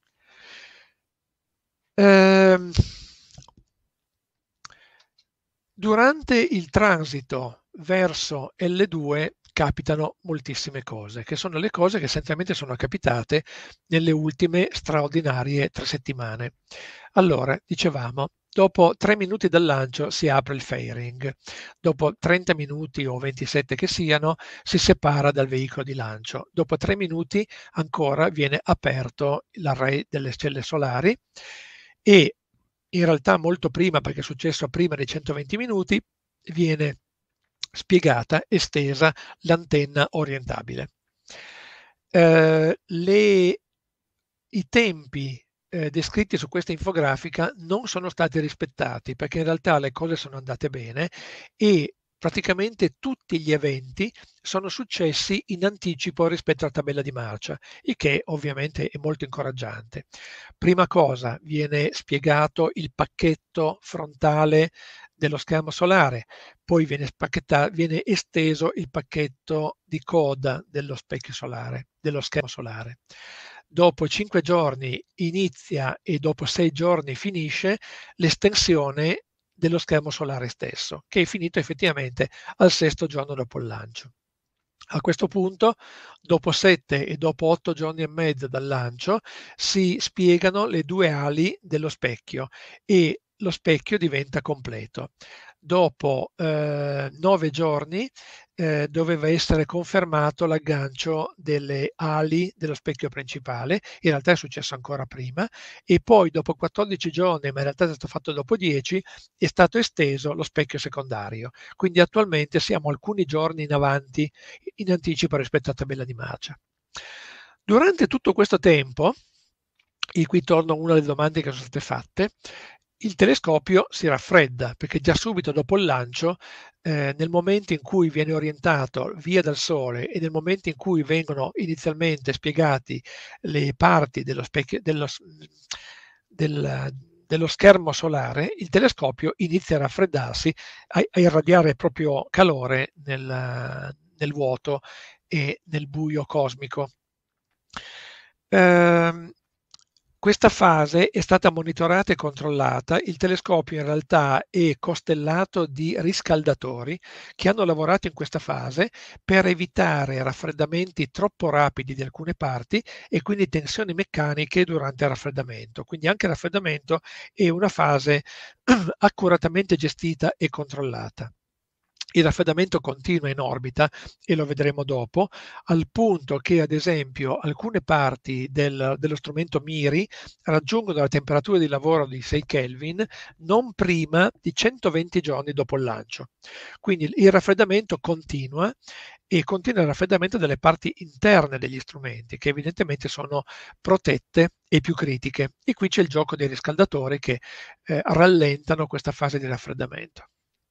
Durante il transito verso L2 capitano moltissime cose, che sono le cose che essenzialmente sono capitate nelle ultime straordinarie 3 settimane. Allora, dicevamo, dopo 3 minuti dal lancio si apre il fairing, dopo 30 minuti o 27 che siano si separa dal veicolo di lancio, dopo 3 minuti ancora viene aperto l'array delle stelle solari e in realtà molto prima, perché è successo prima dei 120 minuti, viene spiegata, estesa l'antenna orientabile. I tempi descritti su questa infografica non sono stati rispettati perché in realtà le cose sono andate bene e praticamente tutti gli eventi sono successi in anticipo rispetto alla tabella di marcia, il che ovviamente è molto incoraggiante. Prima cosa, viene spiegato il pacchetto frontale dello schermo solare, poi viene esteso il pacchetto di coda dello specchio solare, dello schermo solare. Dopo 5 giorni inizia e dopo 6 giorni finisce l'estensione dello schermo solare stesso, che è finito effettivamente al 6° giorno dopo il lancio. A questo punto, dopo 7 e dopo 8 giorni e mezzo dal lancio, si spiegano le 2 ali dello specchio e lo specchio diventa completo. Dopo 9 giorni doveva essere confermato l'aggancio delle ali dello specchio principale, in realtà è successo ancora prima, e poi dopo 14 giorni, ma in realtà è stato fatto dopo 10, è stato esteso lo specchio secondario. Quindi attualmente siamo alcuni giorni in avanti, in anticipo rispetto alla tabella di marcia. Durante tutto questo tempo, e qui torno a una delle domande che sono state fatte, il telescopio si raffredda perché già subito dopo il lancio, nel momento in cui viene orientato via dal Sole e nel momento in cui vengono inizialmente spiegati le parti dello specchio, del dello schermo solare, il telescopio inizia a raffreddarsi, a irradiare proprio calore nel vuoto e nel buio cosmico. Questa fase è stata monitorata e controllata. Il telescopio in realtà è costellato di riscaldatori che hanno lavorato in questa fase per evitare raffreddamenti troppo rapidi di alcune parti e quindi tensioni meccaniche durante il raffreddamento. Quindi anche il raffreddamento è una fase accuratamente gestita e controllata. Il raffreddamento continua in orbita, e lo vedremo dopo, al punto che ad esempio alcune parti dello strumento MIRI raggiungono la temperatura di lavoro di 6 Kelvin non prima di 120 giorni dopo il lancio. Quindi il raffreddamento continua, e continua il raffreddamento delle parti interne degli strumenti, che evidentemente sono protette e più critiche. E qui c'è il gioco dei riscaldatori che rallentano questa fase di raffreddamento.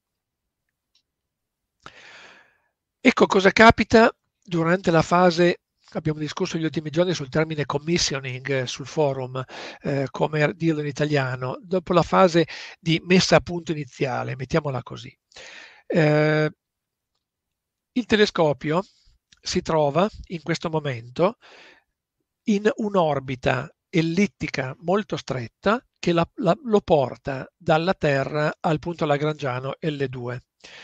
Ecco cosa capita durante la fase, abbiamo discusso negli ultimi giorni sul termine commissioning sul forum, come dirlo in italiano, dopo la fase di messa a punto iniziale, mettiamola così. Il telescopio si trova in questo momento in un'orbita ellittica molto stretta che lo porta dalla Terra al punto lagrangiano L2.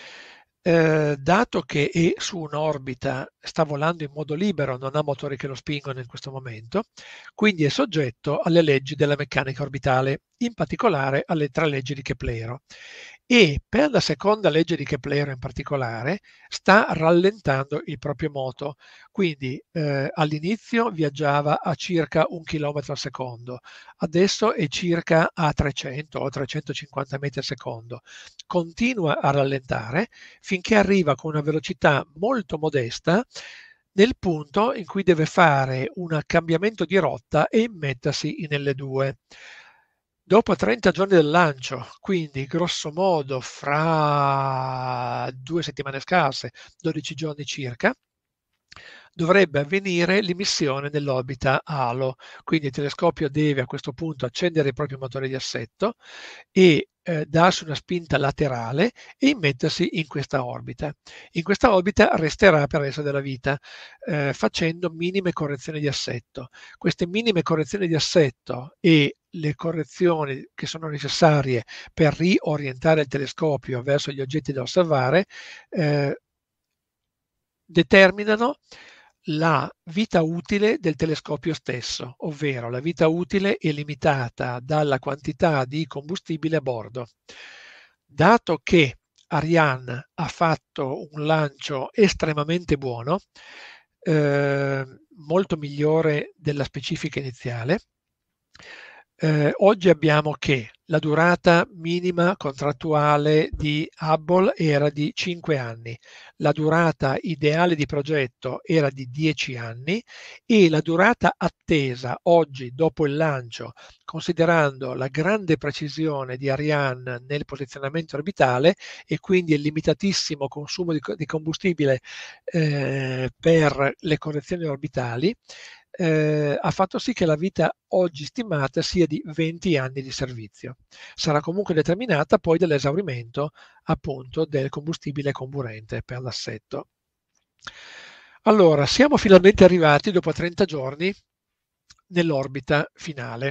Dato che è su un'orbita, sta volando in modo libero, non ha motori che lo spingono in questo momento, quindi è soggetto alle leggi della meccanica orbitale, in particolare alle 3 leggi di Keplero. E per la seconda legge di Keplero in particolare sta rallentando il proprio moto. Quindi all'inizio viaggiava a circa 1 km al secondo, adesso è circa a 300 o 350 metri al secondo. Continua a rallentare finché arriva con una velocità molto modesta nel punto in cui deve fare un cambiamento di rotta e immettersi in L2. Dopo 30 giorni del lancio, quindi grosso modo fra 2 settimane scarse, 12 giorni circa, dovrebbe avvenire l'emissione nell'orbita halo. Quindi il telescopio deve a questo punto accendere i propri motori di assetto e darsi una spinta laterale e immettersi in questa orbita. In questa orbita resterà per il resto della vita, facendo minime correzioni di assetto. Queste minime correzioni di assetto e le correzioni che sono necessarie per riorientare il telescopio verso gli oggetti da osservare determinano la vita utile del telescopio stesso, ovvero la vita utile è limitata dalla quantità di combustibile a bordo. Dato che Ariane ha fatto un lancio estremamente buono, molto migliore della specifica iniziale, oggi abbiamo che la durata minima contrattuale di Hubble era di 5 anni, la durata ideale di progetto era di 10 anni e la durata attesa oggi dopo il lancio, considerando la grande precisione di Ariane nel posizionamento orbitale e quindi il limitatissimo consumo di combustibile per le correzioni orbitali, ha fatto sì che la vita oggi stimata sia di 20 anni di servizio. Sarà comunque determinata poi dall'esaurimento appunto del combustibile comburente per l'assetto. Allora, siamo finalmente arrivati dopo 30 giorni nell'orbita finale.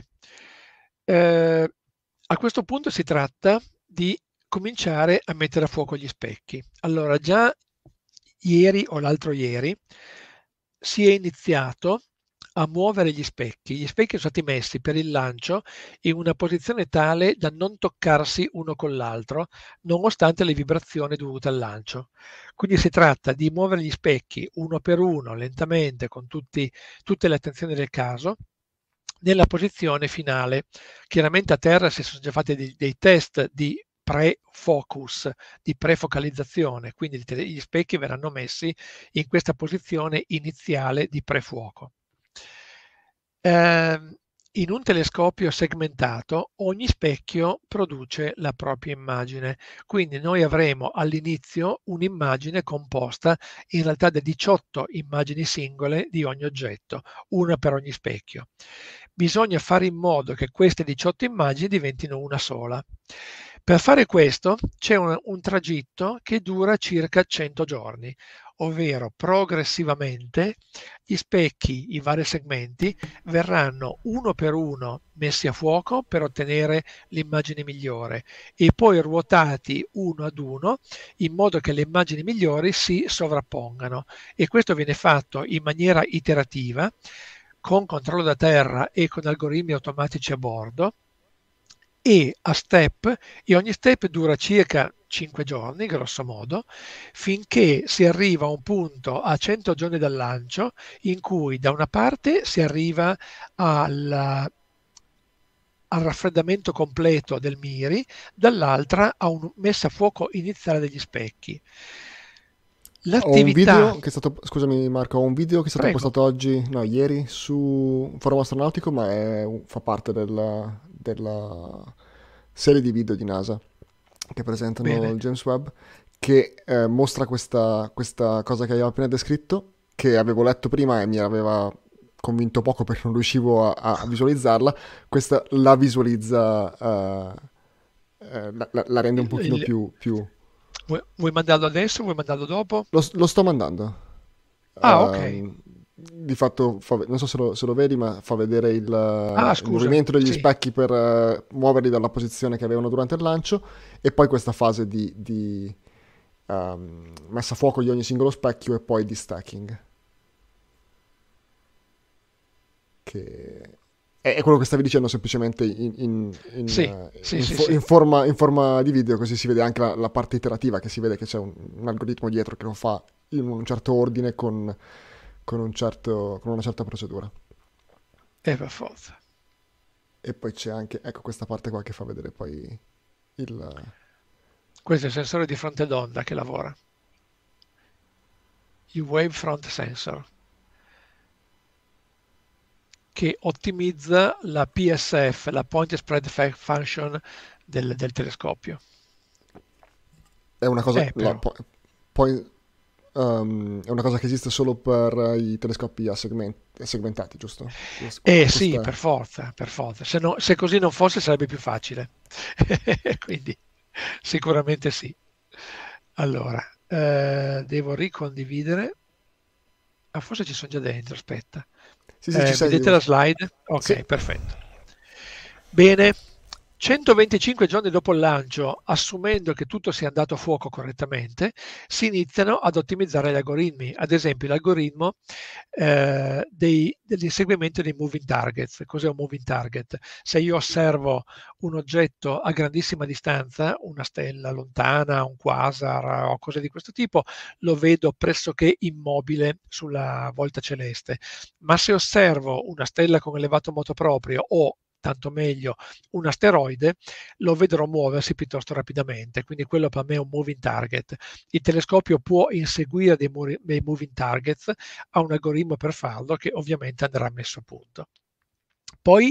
A questo punto si tratta di cominciare a mettere a fuoco gli specchi. Allora, già ieri o l'altro ieri si è iniziato a muovere gli specchi. Gli specchi sono stati messi per il lancio in una posizione tale da non toccarsi uno con l'altro, nonostante le vibrazioni dovute al lancio. Quindi si tratta di muovere gli specchi uno per uno, lentamente, con tutte le attenzioni del caso, nella posizione finale. Chiaramente a terra si sono già fatti dei test di pre-focus, di prefocalizzazione, quindi gli specchi verranno messi in questa posizione iniziale di prefuoco. in un telescopio segmentato ogni specchio produce la propria immagine, quindi noi avremo all'inizio un'immagine composta in realtà da 18 immagini singole di ogni oggetto, una per ogni specchio. Bisogna fare in modo che queste 18 immagini diventino una sola. Per fare questo c'è un tragitto che dura circa 100 giorni, ovvero progressivamente gli specchi, i vari segmenti, verranno uno per uno messi a fuoco per ottenere l'immagine migliore e poi ruotati uno ad uno in modo che le immagini migliori si sovrappongano, e questo viene fatto in maniera iterativa con controllo da terra e con algoritmi automatici a bordo e a step, e ogni step dura circa 5 giorni, grosso modo, finché si arriva a un punto a 100 giorni dal lancio in cui da una parte si arriva al raffreddamento completo del MIRI, dall'altra a una messa a fuoco iniziale degli specchi. Ho un L'attività... video che è stato, scusami Marco, ho un video che è stato Prego. postato oggi, no, ieri, su Forum Astronautico, ma fa parte della serie di video di NASA che presentano Bene. il James Webb, che mostra questa cosa che avevo appena descritto, che avevo letto prima e mi aveva convinto poco perché non riuscivo a visualizzarla. Questa la visualizza, la rende un pochino più. Vuoi mandarlo adesso? Vuoi mandarlo dopo? Lo sto mandando. Ah, ok. Di fatto, non so se lo vedi, ma fa vedere Ah, il scusa. movimento degli Sì. specchi per muoverli dalla posizione che avevano durante il lancio, e poi questa fase di messa a fuoco di ogni singolo specchio e poi di stacking. Che è quello che stavi dicendo, semplicemente Sì, sì, sì, sì. in forma di video, così si vede anche la parte iterativa, che si vede che c'è un algoritmo dietro che lo fa in un certo ordine con una certa procedura. Per forza. E poi c'è anche, ecco, questa parte qua che fa vedere poi il... Questo è il sensore di fronte d'onda che lavora. Il Wave Front Sensor, che ottimizza la PSF, la Point Spread Function del telescopio. È una cosa, Però. poi, è una cosa che esiste solo per i telescopi segmentati, giusto? Sì, per forza, per forza. Se così non fosse sarebbe più facile. Quindi sicuramente sì. Allora, devo ricondividere. Ah, forse ci sono già dentro, aspetta. Sì, sì, ci sei. Vedete la slide? Sì. Ok, perfetto. Bene, 125 giorni dopo il lancio, assumendo che tutto sia andato a fuoco correttamente, si iniziano ad ottimizzare gli algoritmi. Ad esempio, l'algoritmo dell'inseguimento dei moving targets. Cos'è un moving target? Se io osservo un oggetto a grandissima distanza, una stella lontana, un quasar o cose di questo tipo, lo vedo pressoché immobile sulla volta celeste. Ma se osservo una stella con elevato moto proprio o tanto meglio un asteroide, lo vedrò muoversi piuttosto rapidamente, quindi quello per me è un moving target. Il telescopio può inseguire dei moving targets, ha un algoritmo per farlo che ovviamente andrà messo a punto. Poi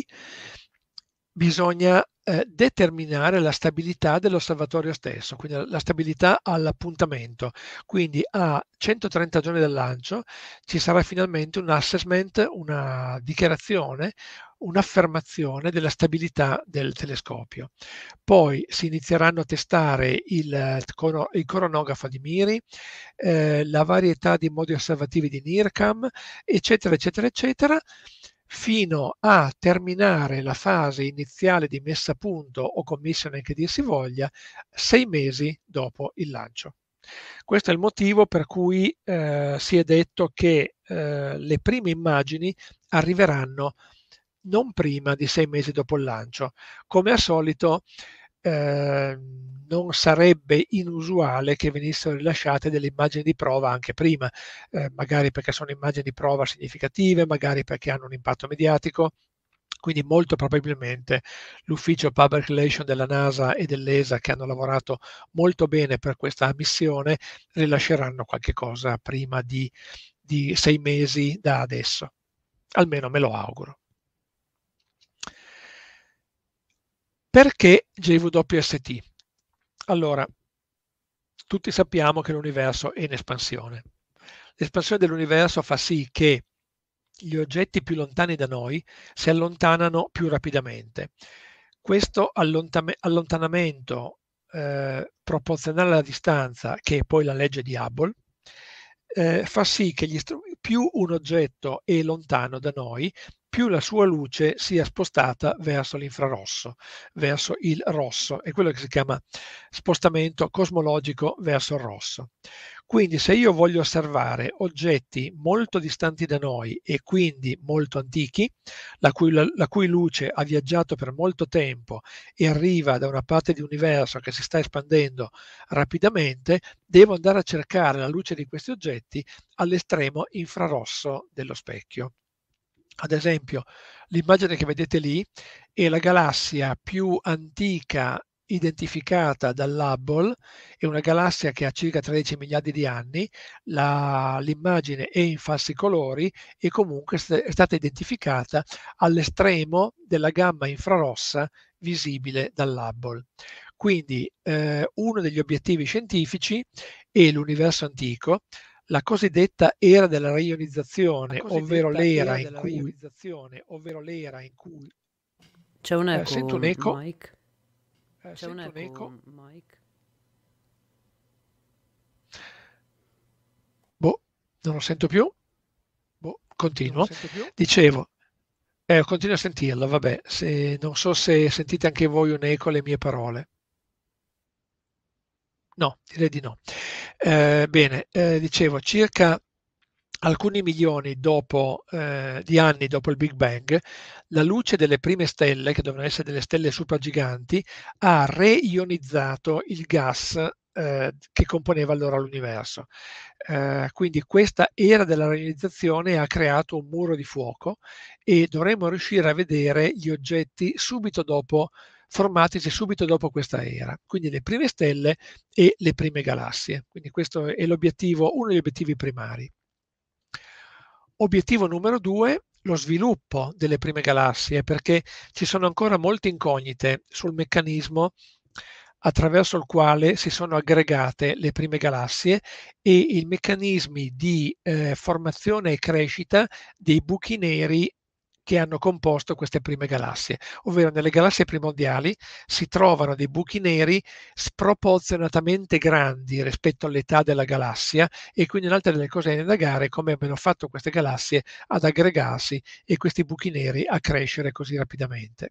bisogna determinare la stabilità dell'osservatorio stesso, quindi la stabilità all'appuntamento. Quindi a 130 giorni dal lancio ci sarà finalmente un assessment, una dichiarazione, un'affermazione della stabilità del telescopio. Poi si inizieranno a testare il coronografo di MIRI, la varietà di modi osservativi di NIRCam, eccetera, eccetera, eccetera, fino a terminare la fase iniziale di messa a punto o commissioning che dir si voglia 6 mesi dopo il lancio. Questo è il motivo per cui si è detto che le prime immagini arriveranno non prima di 6 mesi dopo il lancio. Come al solito non sarebbe inusuale che venissero rilasciate delle immagini di prova anche prima, magari perché sono immagini di prova significative, magari perché hanno un impatto mediatico. Quindi molto probabilmente l'ufficio Public Relations della NASA e dell'ESA, che hanno lavorato molto bene per questa missione, rilasceranno qualche cosa prima di 6 mesi da adesso. Almeno me lo auguro. Perché JWST? Allora, tutti sappiamo che l'universo è in espansione. L'espansione dell'universo fa sì che gli oggetti più lontani da noi si allontanano più rapidamente. Questo allontanamento proporzionale alla distanza, che è poi la legge di Hubble, fa sì che più un oggetto è lontano da noi, più la sua luce sia spostata verso l'infrarosso, verso il rosso. È quello che si chiama spostamento cosmologico verso il rosso. Quindi se io voglio osservare oggetti molto distanti da noi e quindi molto antichi, la cui luce ha viaggiato per molto tempo e arriva da una parte di universo che si sta espandendo rapidamente, devo andare a cercare la luce di questi oggetti all'estremo infrarosso dello specchio. Ad esempio, l'immagine che vedete lì è la galassia più antica identificata dall'Hubble, è una galassia che ha circa 13 miliardi di anni, l'immagine è in falsi colori e comunque è stata identificata all'estremo della gamma infrarossa visibile dall'Hubble. Quindi uno degli obiettivi scientifici è l'universo antico, la cosiddetta era della reionizzazione, ovvero l'era in cui C'è un sento eco, un eco. Mike. C'è un eco, Mike. Boh, non lo sento più. Boh, continuo. Dicevo, continuo a sentirlo, vabbè, non so se sentite anche voi un eco alle mie parole. No, direi di no. Bene, dicevo, circa alcuni milioni di anni dopo il Big Bang, la luce delle prime stelle, che dovevano essere delle stelle supergiganti, ha reionizzato il gas che componeva allora l'universo. Quindi questa era della reionizzazione ha creato un muro di fuoco e dovremmo riuscire a vedere gli oggetti formatisi subito dopo questa era, quindi le prime stelle e le prime galassie. Quindi questo è l'obiettivo, uno degli obiettivi primari. Obiettivo numero 2, lo sviluppo delle prime galassie, perché ci sono ancora molte incognite sul meccanismo attraverso il quale si sono aggregate le prime galassie e i meccanismi di formazione e crescita dei buchi neri che hanno composto queste prime galassie, ovvero nelle galassie primordiali si trovano dei buchi neri sproporzionatamente grandi rispetto all'età della galassia e quindi un'altra delle cose da indagare è come abbiano fatto queste galassie ad aggregarsi e questi buchi neri a crescere così rapidamente.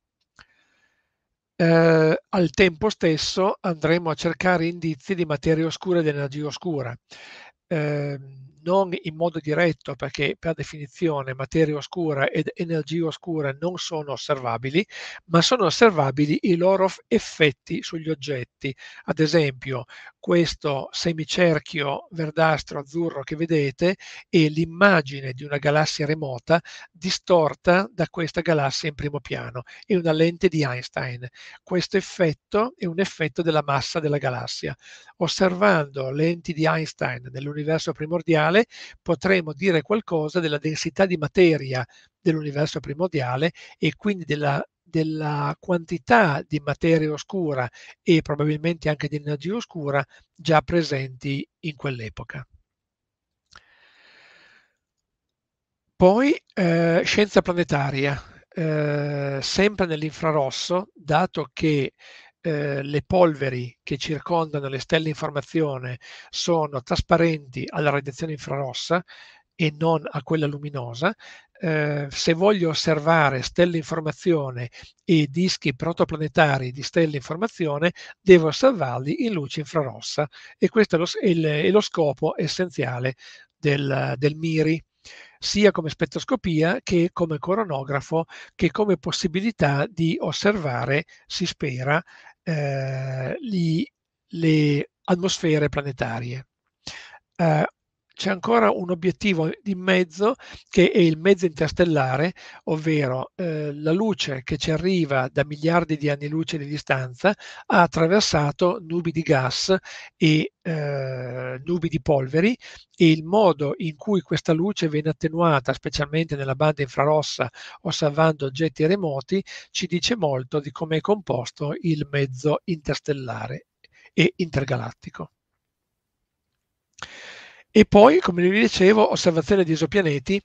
Al tempo stesso andremo a cercare indizi di materia oscura ed energia oscura. Non in modo diretto perché per definizione materia oscura ed energia oscura non sono osservabili, ma sono osservabili i loro effetti sugli oggetti. Ad esempio, questo semicerchio verdastro azzurro che vedete è l'immagine di una galassia remota distorta da questa galassia in primo piano, è una lente di Einstein. Questo effetto è un effetto della massa della galassia. Osservando lenti di Einstein nell'universo primordiale potremo dire qualcosa della densità di materia dell'universo primordiale e quindi della quantità di materia oscura e probabilmente anche di energia oscura già presenti in quell'epoca. Poi scienza planetaria, sempre nell'infrarosso, dato che le polveri che circondano le stelle in formazione sono trasparenti alla radiazione infrarossa e non a quella luminosa, se voglio osservare stelle in formazione e dischi protoplanetari di stelle in formazione, devo osservarli in luce infrarossa e questo è lo scopo essenziale del MIRI, sia come spettroscopia che come coronografo, che come possibilità di osservare, si spera, le atmosfere planetarie. c'è ancora un obiettivo in mezzo, che è il mezzo interstellare, ovvero la luce che ci arriva da miliardi di anni luce di distanza ha attraversato nubi di gas e nubi di polveri, e il modo in cui questa luce viene attenuata, specialmente nella banda infrarossa, osservando oggetti remoti, ci dice molto di come è composto il mezzo interstellare e intergalattico. E poi, come vi dicevo, osservazione di esopianeti.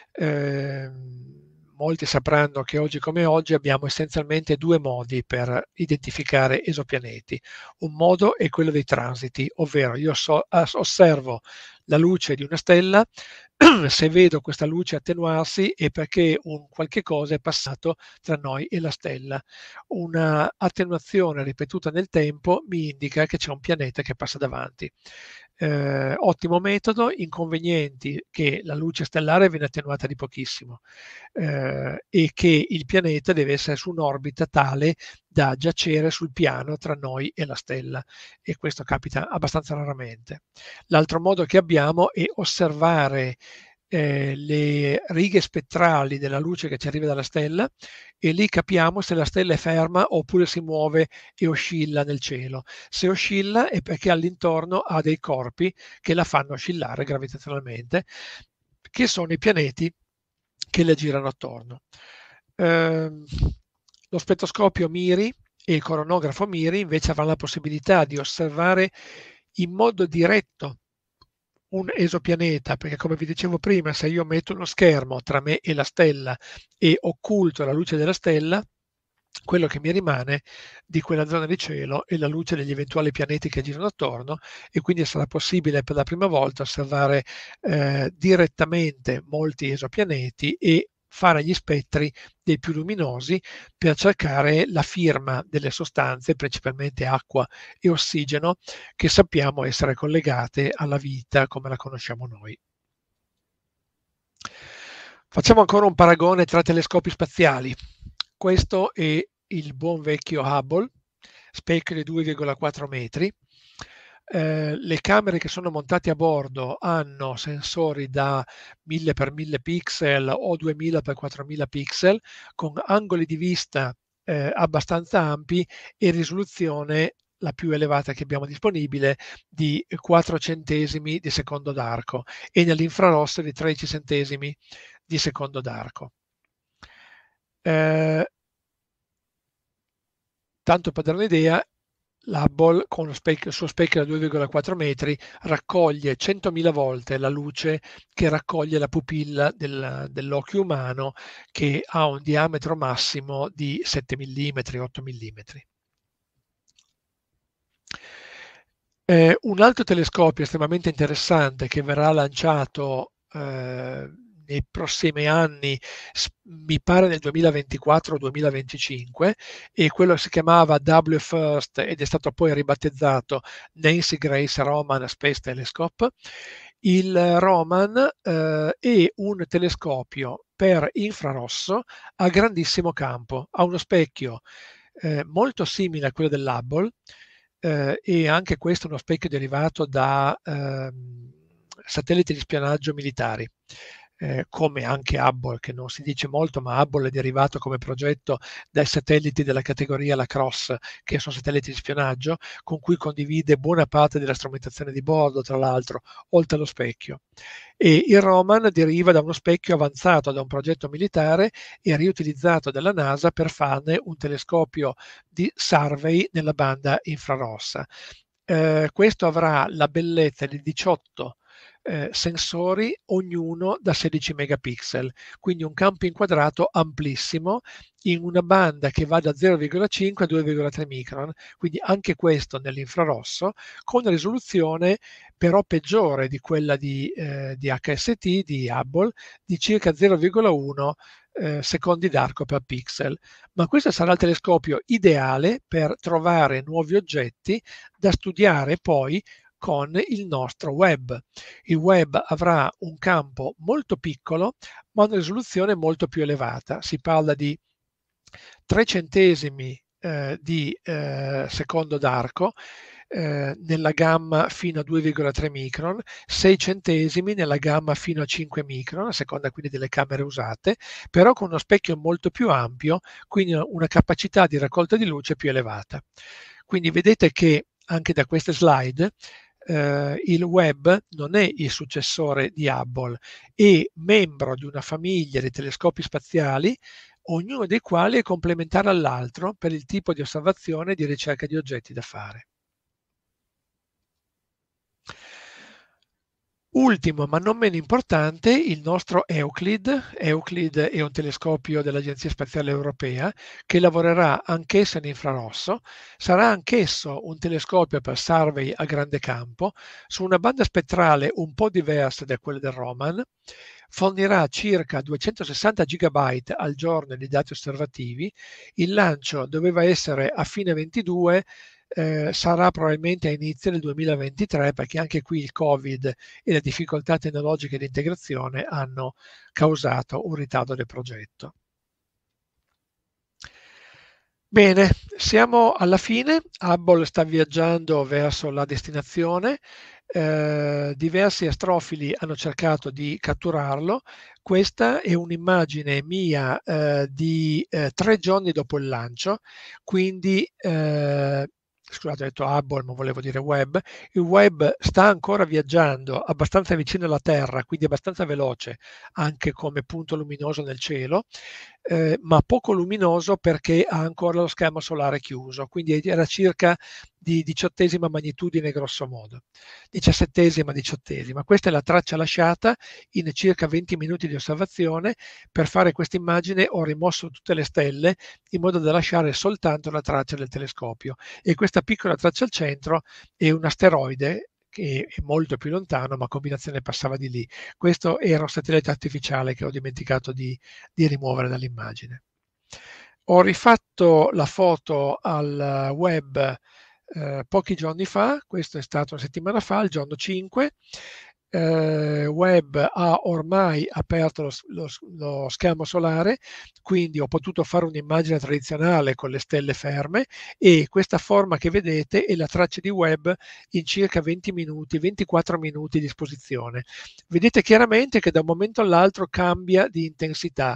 Molti sapranno che oggi come oggi abbiamo essenzialmente due modi per identificare esopianeti. Un modo è quello dei transiti, ovvero io osservo la luce di una stella, se vedo questa luce attenuarsi è perché un qualche cosa è passato tra noi e la stella. Una attenuazione ripetuta nel tempo mi indica che c'è un pianeta che passa davanti. Ottimo metodo, inconvenienti che la luce stellare viene attenuata di pochissimo e che il pianeta deve essere su un'orbita tale da giacere sul piano tra noi e la stella, e questo capita abbastanza raramente. L'altro modo che abbiamo è osservare le righe spettrali della luce che ci arriva dalla stella, e lì capiamo se la stella è ferma oppure si muove e oscilla nel cielo. Se oscilla è perché all'intorno ha dei corpi che la fanno oscillare gravitazionalmente, che sono i pianeti che le girano attorno. Lo spettroscopio MIRI e il coronografo MIRI invece avranno la possibilità di osservare in modo diretto un esopianeta, perché come vi dicevo prima, se io metto uno schermo tra me e la stella e occulto la luce della stella, quello che mi rimane di quella zona di cielo è la luce degli eventuali pianeti che girano attorno, e quindi sarà possibile per la prima volta osservare direttamente molti esopianeti e fare gli spettri dei più luminosi per cercare la firma delle sostanze, principalmente acqua e ossigeno, che sappiamo essere collegate alla vita come la conosciamo noi. Facciamo ancora un paragone tra telescopi spaziali. Questo è il buon vecchio Hubble, specchio di 2,4 metri. Le camere che sono montate a bordo hanno sensori da 1000x1000 pixel o 2000x4000 pixel, con angoli di vista abbastanza ampi e risoluzione, la più elevata che abbiamo disponibile, di 4 centesimi di secondo d'arco, e nell'infrarosso di 13 centesimi di secondo d'arco. Tanto per dare un'idea, l'Hubble con il suo specchio da 2,4 metri raccoglie 100.000 volte la luce che raccoglie la pupilla dell'occhio umano, che ha un diametro massimo di 7 mm, 8 mm. Un altro telescopio estremamente interessante che verrà lanciato nei prossimi anni, mi pare nel 2024 o 2025, e quello si chiamava WFIRST ed è stato poi ribattezzato Nancy Grace Roman Space Telescope. Il Roman è un telescopio per infrarosso a grandissimo campo, ha uno specchio molto simile a quello dell'Hubble, e anche questo è uno specchio derivato da satelliti di spionaggio militari, come anche Hubble, che non si dice molto, ma Hubble è derivato come progetto dai satelliti della categoria Lacrosse, che sono satelliti di spionaggio, con cui condivide buona parte della strumentazione di bordo, tra l'altro, oltre allo specchio. E il Roman deriva da uno specchio avanzato da un progetto militare e riutilizzato dalla NASA per farne un telescopio di survey nella banda infrarossa. Questo avrà la bellezza di 18 sensori, ognuno da 16 megapixel, quindi un campo inquadrato amplissimo in una banda che va da 0,5 a 2,3 micron, quindi anche questo nell'infrarosso, con risoluzione però peggiore di quella di HST, di Hubble, di circa 0,1 secondi d'arco per pixel. Ma questo sarà il telescopio ideale per trovare nuovi oggetti da studiare poi con il nostro web. Il web avrà un campo molto piccolo, ma una risoluzione molto più elevata. Si parla di 3 centesimi di secondo d'arco, nella gamma fino a 2,3 micron, 6 centesimi nella gamma fino a 5 micron, a seconda quindi delle camere usate, però con uno specchio molto più ampio, quindi una capacità di raccolta di luce più elevata. Quindi vedete che anche da queste slide il Webb non è il successore di Hubble, è membro di una famiglia di telescopi spaziali, ognuno dei quali è complementare all'altro per il tipo di osservazione e di ricerca di oggetti da fare. Ultimo, ma non meno importante, il nostro Euclid. Euclid è un telescopio dell'Agenzia Spaziale Europea che lavorerà anch'esso in infrarosso, sarà anch'esso un telescopio per survey a grande campo, su una banda spettrale un po' diversa da quella del Roman, fornirà circa 260 GB al giorno di dati osservativi, il lancio doveva essere a fine 22, sarà probabilmente a inizio del 2023 perché anche qui il Covid e le difficoltà tecnologiche di integrazione hanno causato un ritardo del progetto. Bene, siamo alla fine, Hubble sta viaggiando verso la destinazione, diversi astrofili hanno cercato di catturarlo. Questa è un'immagine mia di 3 giorni dopo il lancio, quindi scusate, ho detto Hubble, ma volevo dire Webb. Il Webb sta ancora viaggiando abbastanza vicino alla Terra, quindi abbastanza veloce anche come punto luminoso nel cielo, ma poco luminoso perché ha ancora lo schermo solare chiuso, quindi era circa di 18ª magnitudine grosso modo, 17ª, 18ª. Questa è la traccia lasciata in circa 20 minuti di osservazione. Per fare questa immagine ho rimosso tutte le stelle in modo da lasciare soltanto la traccia del telescopio, e questa piccola traccia al centro è un asteroide che è molto più lontano, ma combinazione passava di lì. Questo era un satellite artificiale che ho dimenticato di rimuovere dall'immagine. Ho rifatto la foto al web pochi giorni fa, questo è stato una settimana fa, il giorno 5. Webb ha ormai aperto lo schermo solare, quindi ho potuto fare un'immagine tradizionale con le stelle ferme, e questa forma che vedete è la traccia di Webb in circa 20 minuti, 24 minuti di esposizione. Vedete chiaramente che da un momento all'altro cambia di intensità.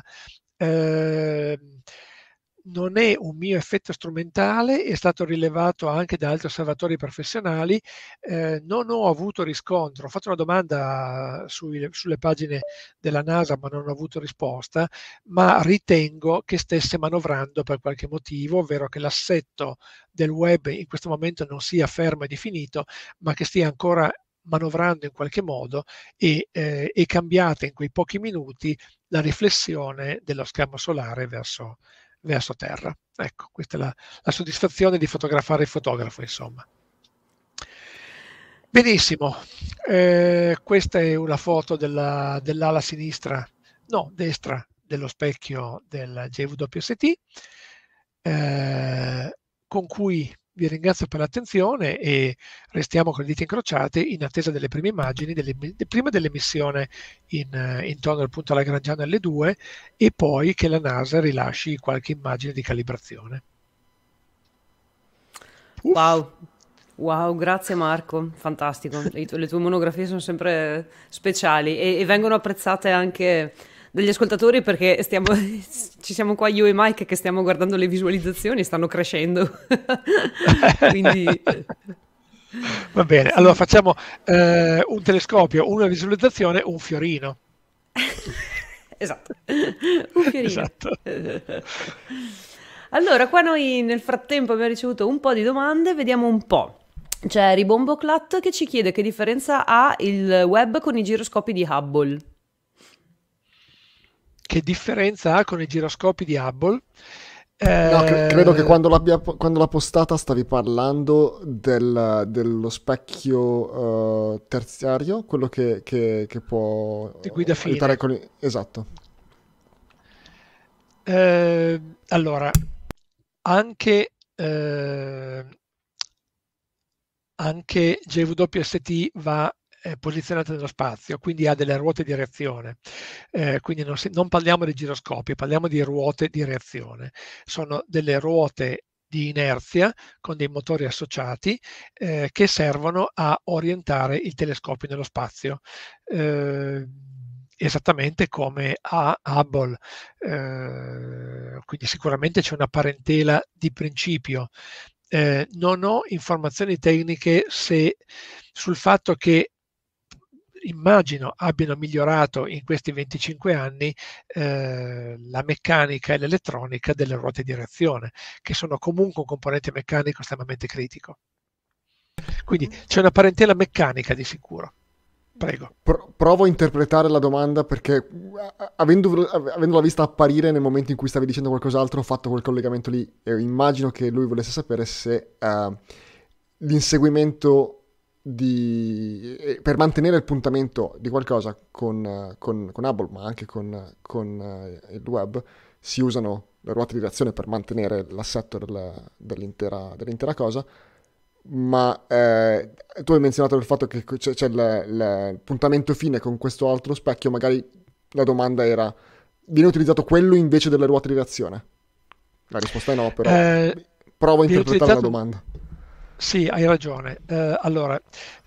Non è un mio effetto strumentale, è stato rilevato anche da altri osservatori professionali. Non ho avuto riscontro, ho fatto una domanda sulle pagine della NASA ma non ho avuto risposta, ma ritengo che stesse manovrando per qualche motivo, ovvero che l'assetto del Webb in questo momento non sia fermo e definito, ma che stia ancora manovrando in qualche modo, e è cambiata in quei pochi minuti la riflessione dello schermo solare verso terra. Ecco, questa è la soddisfazione di fotografare il fotografo, insomma. Benissimo, questa è una foto dell'ala sinistra, no, destra dello specchio del JWST, con cui vi ringrazio per l'attenzione e restiamo con le dita incrociate in attesa delle prime immagini, prima dell'emissione intorno al punto Lagrangiano L2, e poi che la NASA rilasci qualche immagine di calibrazione. Wow, grazie Marco, fantastico. Le tue monografie sono sempre speciali e vengono apprezzate anche dagli ascoltatori, perché ci siamo qua io e Mike che stiamo guardando le visualizzazioni, stanno crescendo. Quindi va bene, allora facciamo un telescopio, una visualizzazione, un fiorino. Esatto, un fiorino. Esatto. Allora, qua noi nel frattempo abbiamo ricevuto un po' di domande, vediamo un po'. C'è Ribomboclat che ci chiede che differenza ha il Webb con i giroscopi di Hubble. Che differenza ha con i giroscopi di Hubble? No, credo che quando l'ha postata stavi parlando dello specchio terziario, quello che può di guida fine. aiutare con esatto. Allora, anche JWST va posizionata nello spazio, quindi ha delle ruote di reazione, quindi non parliamo di giroscopi, parliamo di ruote di reazione. Sono delle ruote di inerzia con dei motori associati che servono a orientare il telescopio nello spazio. Esattamente come a Hubble, quindi sicuramente c'è una parentela di principio. Non ho informazioni tecniche sul fatto che immagino abbiano migliorato in questi 25 anni la meccanica e l'elettronica delle ruote di reazione, che sono comunque un componente meccanico estremamente critico. Quindi c'è una parentela meccanica di sicuro. Prego. Provo a interpretare la domanda perché avendola vista apparire nel momento in cui stavi dicendo qualcos'altro, ho fatto quel collegamento lì e immagino che lui volesse sapere se l'inseguimento per mantenere il puntamento di qualcosa con Hubble, ma anche con il web, si usano le ruote di reazione per mantenere l'assetto dell'intera cosa. Ma tu hai menzionato il fatto che c'è il puntamento fine con questo altro specchio, magari la domanda era: viene utilizzato quello invece delle ruote di reazione? La risposta è no, però provo a interpretare la domanda. Sì, hai ragione. Allora,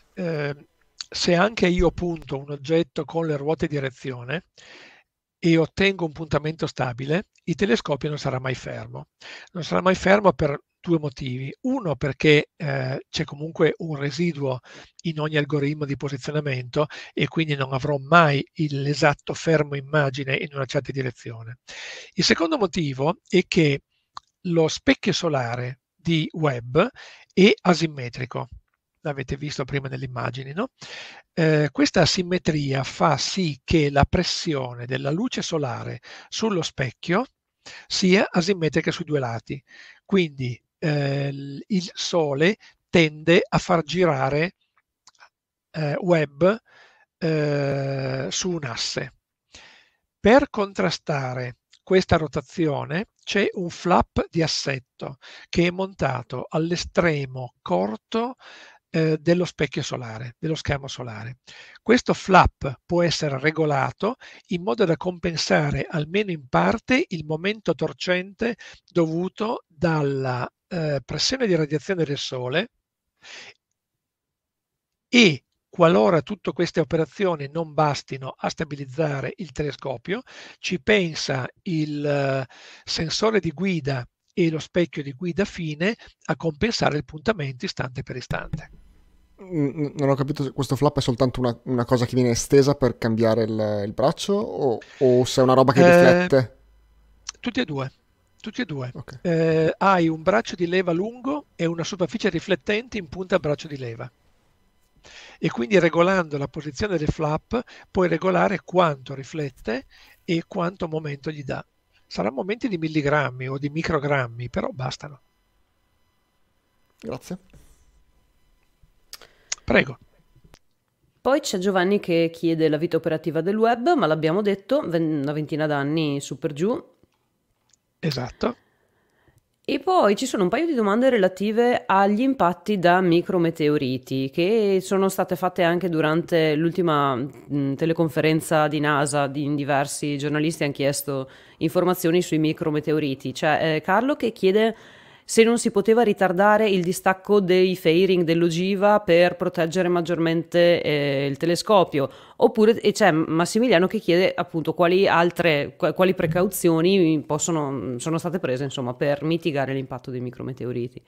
se anche io punto un oggetto con le ruote di reazione e ottengo un puntamento stabile, il telescopio non sarà mai fermo. Non sarà mai fermo per due motivi. Uno, perché c'è comunque un residuo in ogni algoritmo di posizionamento e quindi non avrò mai l'esatto fermo immagine in una certa direzione. Il secondo motivo è che lo specchio solare di Webb è asimmetrico. L'avete visto prima nelle immagini, no? Questa asimmetria fa sì che la pressione della luce solare sullo specchio sia asimmetrica sui due lati. Quindi il Sole tende a far girare Webb su un asse. Per contrastare questa rotazione c'è un flap di assetto che è montato all'estremo corto dello specchio solare, dello schermo solare. Questo flap può essere regolato in modo da compensare almeno in parte il momento torcente dovuto dalla pressione di radiazione del Sole e qualora tutte queste operazioni non bastino a stabilizzare il telescopio, ci pensa il sensore di guida e lo specchio di guida fine a compensare il puntamento istante per istante. Non ho capito se questo flap è soltanto una cosa che viene estesa per cambiare il braccio o se è una roba che riflette? Tutti e due. Tutti e due. Okay. Hai un braccio di leva lungo e una superficie riflettente in punta al braccio di leva. E quindi regolando la posizione del flap puoi regolare quanto riflette e quanto momento gli dà. Saranno momenti di milligrammi o di microgrammi, però bastano. Grazie. Prego. Poi c'è Giovanni che chiede la vita operativa del web, ma l'abbiamo detto, una ventina d'anni su per giù. Esatto. E poi ci sono un paio di domande relative agli impatti da micrometeoriti che sono state fatte anche durante l'ultima teleconferenza di NASA. Diversi giornalisti hanno chiesto informazioni sui micrometeoriti. C'è Carlo che chiede se non si poteva ritardare il distacco dei fairing dell'ogiva per proteggere maggiormente il telescopio, oppure e c'è Massimiliano che chiede appunto quali precauzioni sono state prese insomma per mitigare l'impatto dei micrometeoriti.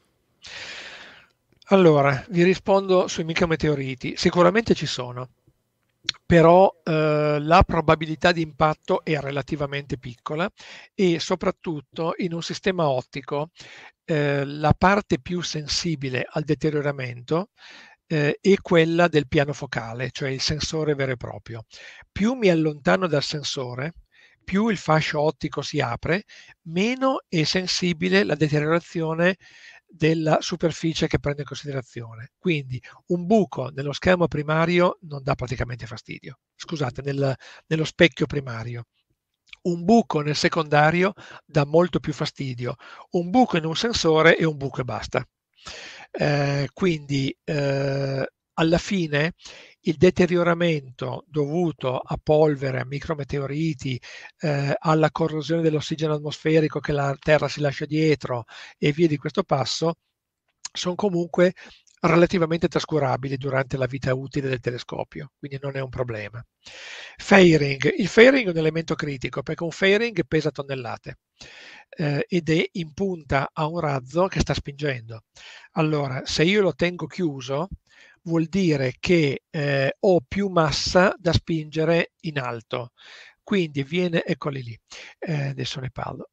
Allora, vi rispondo sui micrometeoriti. Sicuramente ci sono, però la probabilità di impatto è relativamente piccola e soprattutto in un sistema ottico la parte più sensibile al deterioramento è quella del piano focale, cioè il sensore vero e proprio. Più mi allontano dal sensore, più il fascio ottico si apre, meno è sensibile la deteriorazione della superficie che prende in considerazione. Quindi un buco nello schermo primario non dà praticamente fastidio. Scusate, nello specchio primario. Un buco nel secondario dà molto più fastidio. Un buco in un sensore è un buco e basta. Quindi alla fine il deterioramento dovuto a polvere, a micrometeoriti, alla corrosione dell'ossigeno atmosferico che la Terra si lascia dietro e via di questo passo, sono comunque relativamente trascurabili durante la vita utile del telescopio, quindi non è un problema. Fairing. Il fairing è un elemento critico perché un fairing pesa tonnellate ed è in punta a un razzo che sta spingendo. Allora, se io lo tengo chiuso, vuol dire che ho più massa da spingere in alto. Quindi viene, eccoli lì, adesso ne parlo.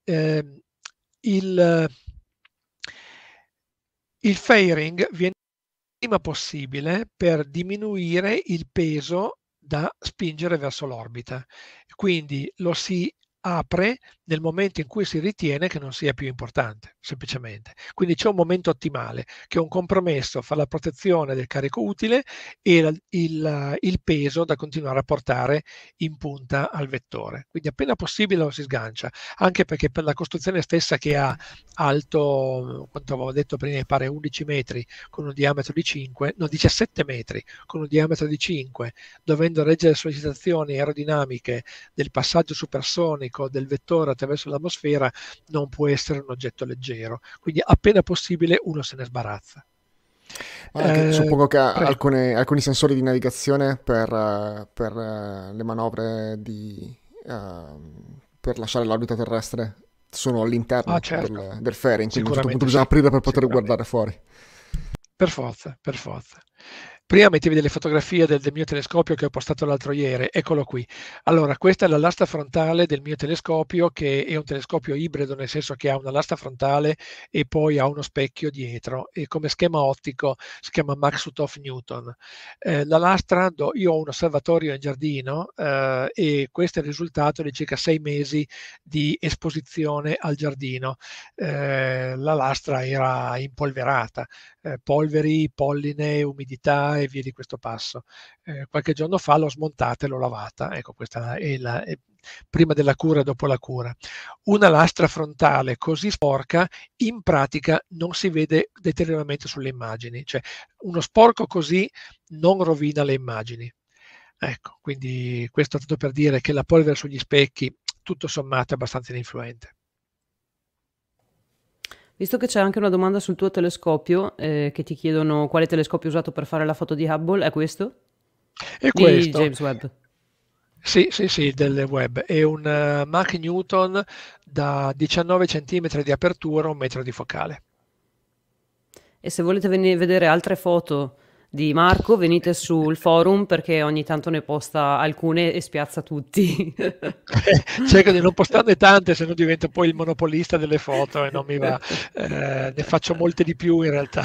Il fairing viene prima possibile per diminuire il peso da spingere verso l'orbita. Quindi lo si apre nel momento in cui si ritiene che non sia più importante, semplicemente. Quindi c'è un momento ottimale, che è un compromesso fra la protezione del carico utile e il peso da continuare a portare in punta al vettore. Quindi appena possibile lo si sgancia, anche perché per la costruzione stessa che ha alto, quanto avevo detto prima, mi pare 11 metri, con un diametro di 5, no 17 metri, con un diametro di 5, dovendo reggere le sollecitazioni aerodinamiche del passaggio supersonico del vettore attraverso l'atmosfera, non può essere un oggetto leggero. Quindi appena possibile uno se ne sbarazza. Suppongo che alcuni sensori di navigazione per le manovre per lasciare l'orbita terrestre sono all'interno certo. del fairing, quindi a un certo punto bisogna aprire per poter guardare fuori. Per forza, per forza. Prima mettevi delle fotografie del mio telescopio che ho postato l'altro ieri, eccolo qui. Allora, questa è la lastra frontale del mio telescopio, che è un telescopio ibrido, nel senso che ha una lastra frontale e poi ha uno specchio dietro, e come schema ottico si chiama Max-Uthoff-Newton. La lastra, io ho un osservatorio in giardino e questo è il risultato di circa 6 mesi di esposizione al giardino. La lastra era impolverata, polveri, polline, umidità e via di questo passo. Qualche giorno fa l'ho smontata e l'ho lavata. Ecco, questa è prima della cura e dopo la cura. Una lastra frontale così sporca, in pratica non si vede deterioramento sulle immagini, cioè uno sporco così non rovina le immagini. Ecco, quindi questo è tutto per dire che la polvere sugli specchi, tutto sommato, è abbastanza ininfluente. Visto che c'è anche una domanda sul tuo telescopio, che ti chiedono quale telescopio hai usato per fare la foto di Hubble, è questo? È Di questo. James Webb. Sì, del Webb. È un Mach Newton da 19 cm di apertura, 1 metro di focale. E se volete vedere altre foto di Marco, venite sul forum perché ogni tanto ne posta alcune e spiazza tutti. Cerco di non postarne tante, se no divento poi il monopolista delle foto e non mi va. Ne faccio molte di più in realtà.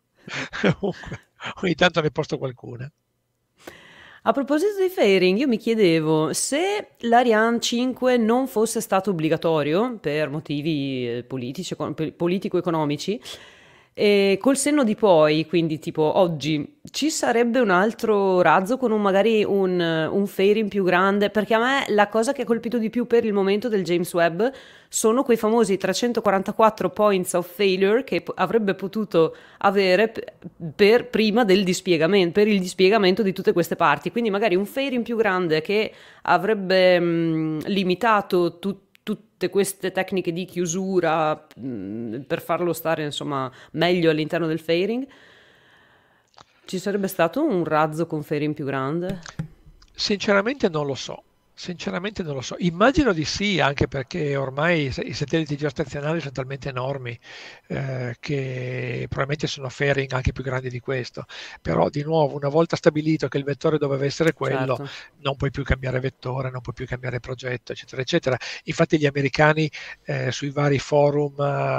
Ogni tanto ne posto qualcuna. A proposito di fairing, io mi chiedevo se l'Ariane 5 non fosse stato obbligatorio per motivi politico-economici, e col senno di poi, quindi tipo oggi, ci sarebbe un altro razzo con magari un fairing più grande? Perché a me la cosa che ha colpito di più per il momento del James Webb sono quei famosi 344 points of failure che avrebbe potuto avere prima del dispiegamento, per il dispiegamento di tutte queste parti. Quindi magari un fairing più grande che avrebbe limitato tutte queste tecniche di chiusura per farlo stare insomma meglio all'interno del fairing. Ci sarebbe stato un razzo con fairing più grande? Sinceramente non lo so. Immagino di sì, anche perché ormai i satelliti geostazionari sono talmente enormi che probabilmente sono fairing anche più grandi di questo. Però di nuovo, una volta stabilito che il vettore doveva essere quello, Certo. non puoi più cambiare vettore, non puoi più cambiare progetto, eccetera, eccetera. Infatti gli americani sui vari forum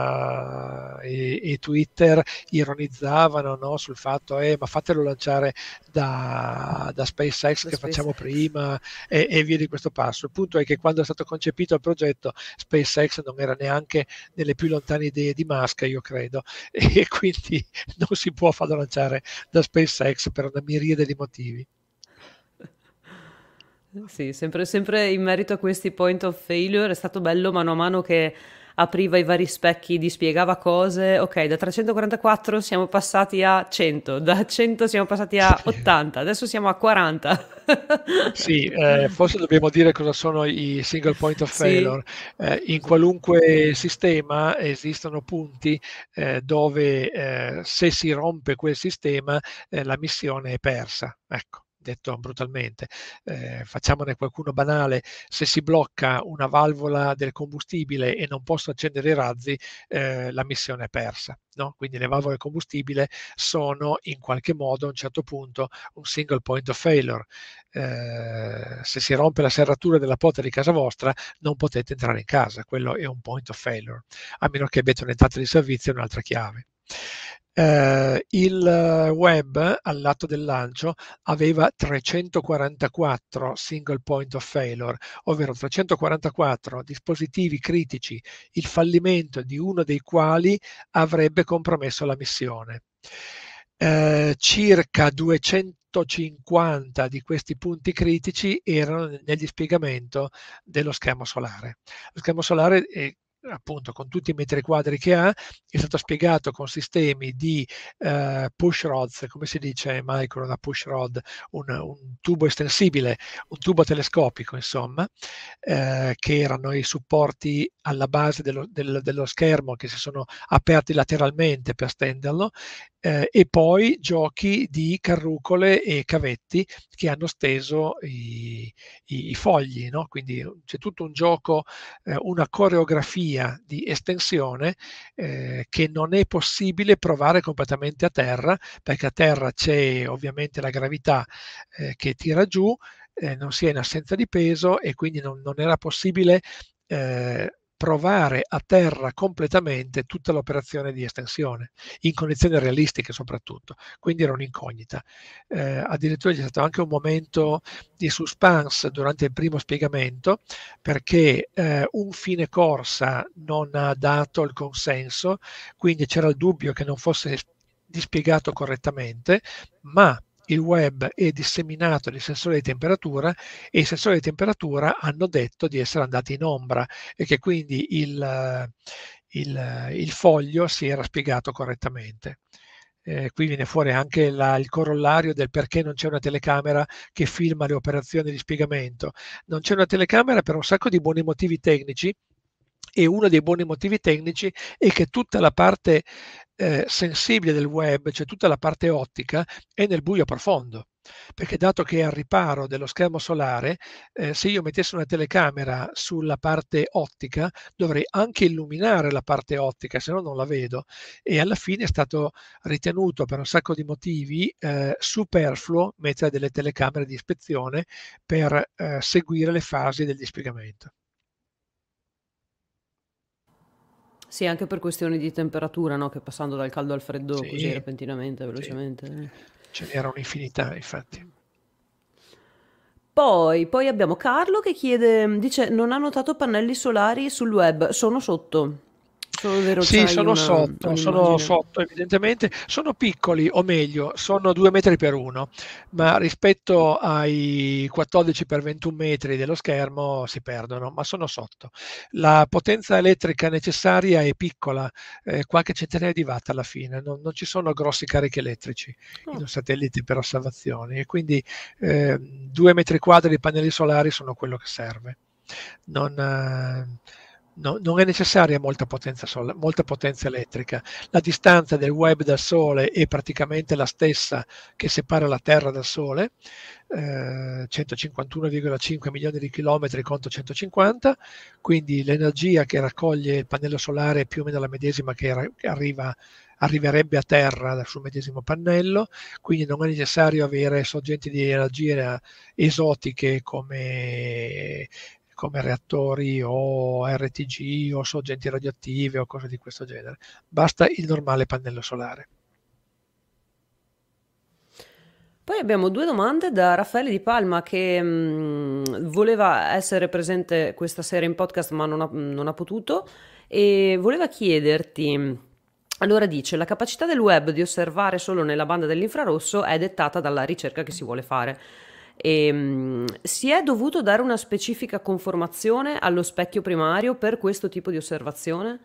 e Twitter ironizzavano, no, sul fatto ma fatelo lanciare da SpaceX che facciamo prima e via di questo passo. Il punto è che quando è stato concepito il progetto, SpaceX non era neanche nelle più lontane idee di Musk, io credo, e quindi non si può farlo lanciare da SpaceX per una miriade di motivi. Sì, sempre in merito a questi point of failure è stato bello mano a mano che apriva i vari specchi, dispiegava cose. Ok, da 344 siamo passati a 100, da 100 siamo passati a Sì. 80, adesso siamo a 40. Sì, forse dobbiamo dire cosa sono i single point of Sì, failure. In qualunque sistema esistono punti dove se si rompe quel sistema la missione è persa. Ecco, detto brutalmente. Facciamone qualcuno banale: se si blocca una valvola del combustibile e non posso accendere i razzi, la missione è persa. No? Quindi le valvole combustibile sono in qualche modo a un certo punto un single point of failure. Se si rompe la serratura della porta di casa vostra non potete entrare in casa, quello è un point of failure, a meno che abbiate un'entrata di servizio e un'altra chiave. Il web al lato del lancio aveva 344 single point of failure, ovvero 344 dispositivi critici, il fallimento di uno dei quali avrebbe compromesso la missione. Circa 250 di questi punti critici erano nel dispiegamento dello schermo solare. Lo schermo solare è, appunto, con tutti i metri quadri che ha, è stato spiegato con sistemi di push rods, come si dice Michael, una push rod, un tubo estensibile, un tubo telescopico, insomma, che erano i supporti alla base dello schermo che si sono aperti lateralmente per stenderlo, e poi giochi di carrucole e cavetti che hanno steso i fogli, no? Quindi c'è tutto un gioco, una coreografia di estensione che non è possibile provare completamente a terra, perché a terra c'è ovviamente la gravità che tira giù, non si è in assenza di peso e quindi non era possibile provare a terra completamente tutta l'operazione di estensione, in condizioni realistiche soprattutto, quindi era un'incognita. Addirittura c'è stato anche un momento di suspense durante il primo spiegamento, perché un fine corsa non ha dato il consenso, quindi c'era il dubbio che non fosse dispiegato correttamente, ma il web è disseminato di sensori di temperatura e i sensori di temperatura hanno detto di essere andati in ombra e che quindi il foglio si era spiegato correttamente. Qui viene fuori anche il corollario del perché non c'è una telecamera che filma le operazioni di spiegamento. Non c'è una telecamera per un sacco di buoni motivi tecnici, e uno dei buoni motivi tecnici è che tutta la parte sensibile del web, cioè tutta la parte ottica, è nel buio profondo. Perché dato che è al riparo dello schermo solare, se io mettessi una telecamera sulla parte ottica, dovrei anche illuminare la parte ottica, se no non la vedo. E alla fine è stato ritenuto per un sacco di motivi superfluo mettere delle telecamere di ispezione per seguire le fasi del dispiegamento. sì, anche per questioni di temperatura, no? Che passando dal caldo al freddo così Sì, repentinamente, sì, velocemente. ce n'era un'infinità, infatti. Poi abbiamo Carlo che chiede, dice, non ha notato pannelli solari sul web, sono sotto. Solo vero, Sì, c'hai sono un'immagine. sotto, evidentemente. Sono piccoli, o meglio, sono 2 metri per 1, ma rispetto ai 14 per 21 metri dello schermo si perdono, ma sono sotto. La potenza elettrica necessaria è piccola, qualche centinaio di watt alla fine, non ci sono grossi carichi elettrici in Oh. un satellite per osservazioni e quindi 2 metri quadri di pannelli solari sono quello che serve. Non, non è necessaria molta potenza elettrica. La distanza del web dal Sole è praticamente la stessa che separa la Terra dal Sole, 151,5 milioni di chilometri contro 150, quindi l'energia che raccoglie il pannello solare è più o meno la medesima che arriverebbe a terra sul medesimo pannello, quindi non è necessario avere sorgenti di energia esotiche come reattori o RTG o sorgenti radioattive o cose di questo genere. Basta il normale pannello solare. Poi abbiamo due domande da Raffaele Di Palma che voleva essere presente questa sera in podcast ma non ha potuto e voleva chiederti, allora dice, la capacità del web di osservare solo nella banda dell'infrarosso è dettata dalla ricerca che si vuole fare. Si è dovuto dare una specifica conformazione allo specchio primario per questo tipo di osservazione?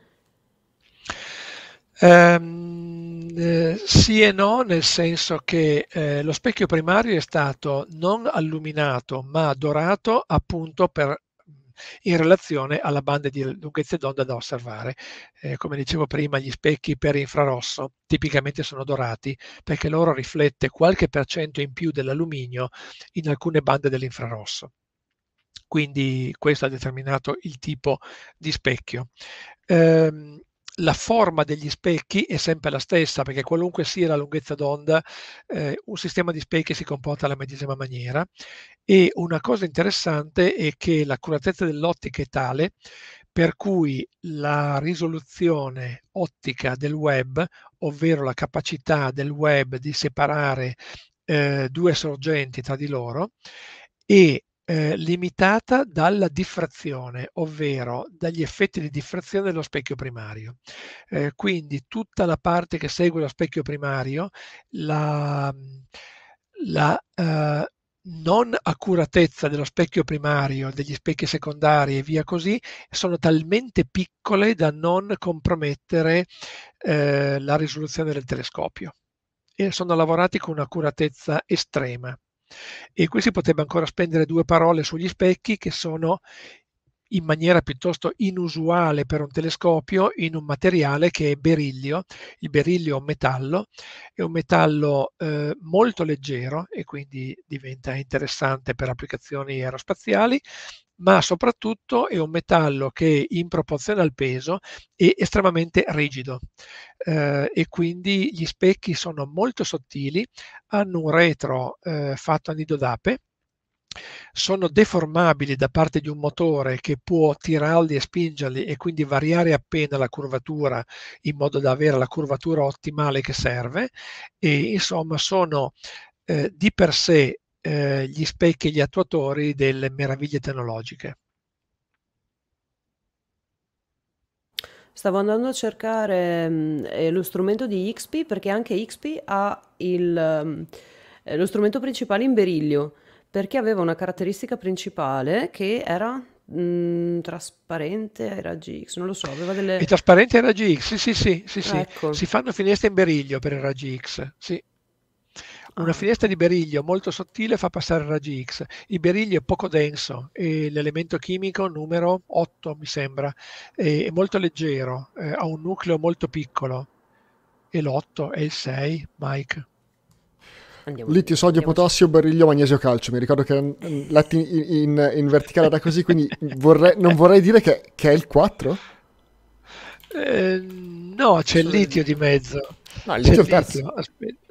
Sì e no, nel senso che lo specchio primario è stato non alluminato ma dorato appunto in relazione alla banda di lunghezza d'onda da osservare. Come dicevo prima, gli specchi per infrarosso tipicamente sono dorati perché loro riflette qualche percento in più dell'alluminio in alcune bande dell'infrarosso. Quindi questo ha determinato il tipo di specchio. La forma degli specchi è sempre la stessa perché qualunque sia la lunghezza d'onda, un sistema di specchi si comporta alla medesima maniera. E una cosa interessante è che l'accuratezza dell'ottica è tale per cui la risoluzione ottica del web, ovvero la capacità del web di separare due sorgenti tra di loro, è limitata dalla diffrazione, ovvero dagli effetti di diffrazione dello specchio primario. Quindi tutta la parte che segue lo specchio primario, la non accuratezza dello specchio primario, degli specchi secondari e via così, sono talmente piccole da non compromettere la risoluzione del telescopio e sono lavorati con un'accuratezza estrema. E qui si potrebbe ancora spendere due parole sugli specchi che sono in maniera piuttosto inusuale per un telescopio in un materiale che è berillio. Il berillio è un metallo molto leggero e quindi diventa interessante per applicazioni aerospaziali, ma soprattutto è un metallo che in proporzione al peso è estremamente rigido e quindi gli specchi sono molto sottili, hanno un retro fatto a nido d'ape, sono deformabili da parte di un motore che può tirarli e spingerli e quindi variare appena la curvatura in modo da avere la curvatura ottimale che serve e insomma sono di per sé gli specchi e gli attuatori delle meraviglie tecnologiche. Stavo andando a cercare lo strumento di XP perché anche XP ha lo strumento principale in berillio perché aveva una caratteristica principale che era trasparente ai raggi X, non lo so, aveva È delle... trasparente ai raggi X, sì. Ecco. Si fanno finestre in berillio per i raggi X, sì. Una Ah. finestra di berillio molto sottile fa passare raggi X. Il berillio è poco denso, è l'elemento chimico numero 8, mi sembra, è molto leggero, ha un nucleo molto piccolo. E l'8 e il 6, Mike. Litio, sodio, Andiamoci. potassio, berillio, magnesio, calcio. Mi ricordo che letti in verticale era così, quindi non vorrei dire che è il 4? No, c'è il Solo litio di mezzo. No, il C'è litio è il il terzo. litio,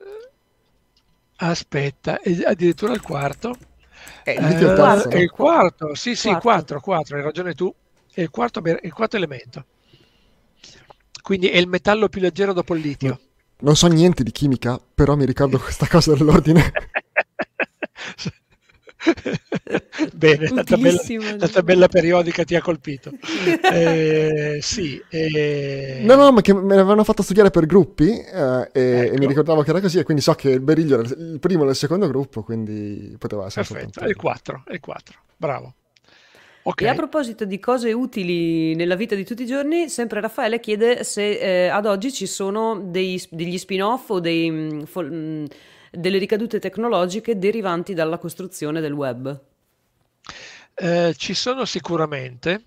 aspetta, e addirittura il quarto. Il litio è il terzo, È no? il quarto, sì, Quarto. 4, hai ragione tu. È il quarto elemento. Quindi è il metallo più leggero dopo il litio. Non so niente di chimica, però mi ricordo questa cosa dell'ordine. Bene, Utilissimo. la tabella periodica ti ha colpito. Sì. No, ma che me l'avevano fatto studiare per gruppi e mi Ecco. ricordavo che era così e quindi so che il berillio era il primo e il secondo gruppo, quindi poteva essere Perfetto, soltanto... è il 4, bravo. Ok. E a proposito di cose utili nella vita di tutti i giorni, sempre Raffaele chiede se ad oggi ci sono degli spin-off o delle ricadute tecnologiche derivanti dalla costruzione del web. Ci sono sicuramente,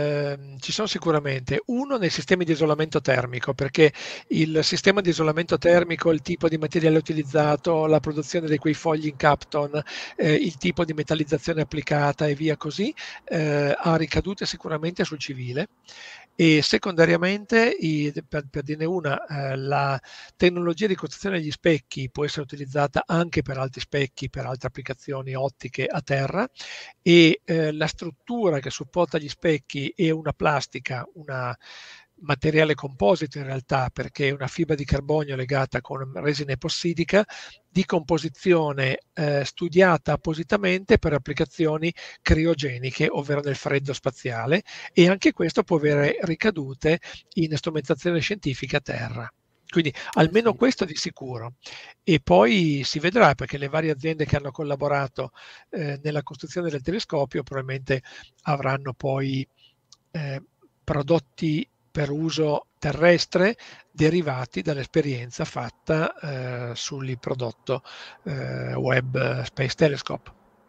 uno nei sistemi di isolamento termico, perché il sistema di isolamento termico, il tipo di materiale utilizzato, la produzione di quei fogli in Kapton, il tipo di metallizzazione applicata e via così, ha ricadute sicuramente sul civile. E secondariamente, per dirne una, la tecnologia di costruzione degli specchi può essere utilizzata anche per altri specchi, per altre applicazioni ottiche a terra e la struttura che supporta gli specchi è una plastica, una materiale composito in realtà perché è una fibra di carbonio legata con resina epossidica di composizione studiata appositamente per applicazioni criogeniche, ovvero nel freddo spaziale e anche questo può avere ricadute in strumentazione scientifica a terra. Quindi almeno Sì. questo di sicuro. E poi si vedrà, perché le varie aziende che hanno collaborato nella costruzione del telescopio probabilmente avranno poi prodotti per uso terrestre derivati dall'esperienza fatta sul prodotto Webb Space Telescope.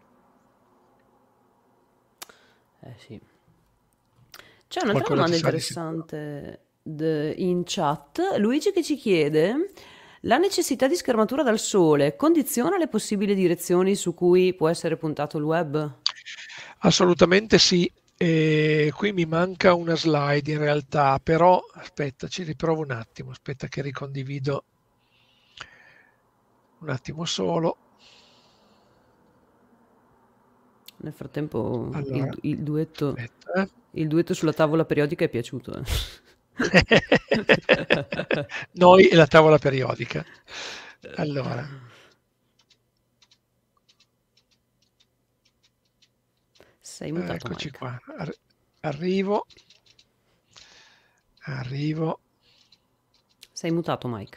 Sì. C'è un'altra Qualcosa domanda ci sa di sicuro. interessante in chat. Luigi che ci chiede: la necessità di schermatura dal sole condiziona le possibili direzioni su cui può essere puntato il web? Assolutamente sì. E qui mi manca una slide in realtà, però aspetta, ci riprovo un attimo, aspetta che ricondivido un attimo solo. Nel frattempo Allora, aspetta. il duetto sulla tavola periodica è piaciuto. Noi e la tavola periodica. Allora, Sei mutato, eccoci Mike. qua. Arrivo. Sei mutato, Mike.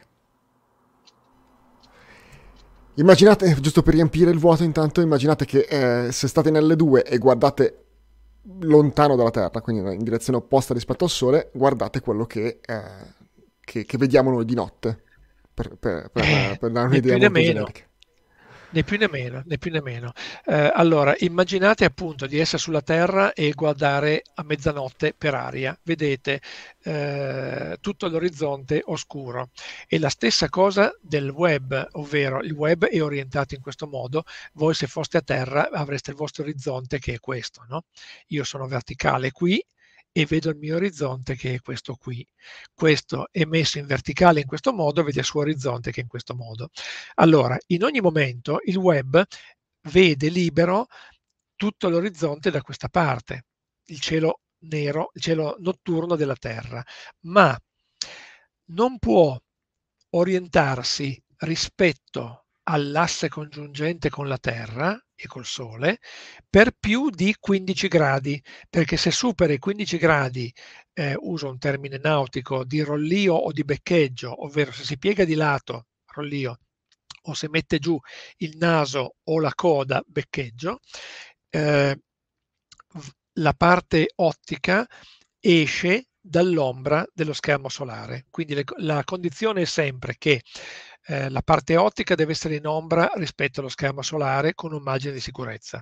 Immaginate, giusto per riempire il vuoto intanto, immaginate che se state in L2 e guardate lontano dalla Terra, quindi in direzione opposta rispetto al Sole, guardate quello che vediamo noi di notte, per dare Né un'idea più né molto meno. generica. Né più né meno, né più né meno. Allora, immaginate appunto di essere sulla Terra e guardare a mezzanotte per aria. Vedete tutto l'orizzonte oscuro. E la stessa cosa del web, ovvero il web è orientato in questo modo. Voi se foste a terra avreste il vostro orizzonte che è questo, no? Io sono verticale qui e vedo il mio orizzonte che è questo qui. Questo è messo in verticale in questo modo, vede il suo orizzonte che è in questo modo. Allora, in ogni momento il web vede libero tutto l'orizzonte da questa parte, il cielo nero, il cielo notturno della Terra, ma non può orientarsi rispetto all'asse congiungente con la Terra e col Sole per più di 15 gradi, perché se supera i 15 gradi, uso un termine nautico, di rollio o di beccheggio, ovvero se si piega di lato, rollio, o se mette giù il naso o la coda, beccheggio, eh, la parte ottica esce dall'ombra dello schermo solare. Quindi la condizione è sempre che la parte ottica deve essere in ombra rispetto allo schermo solare con un margine di sicurezza.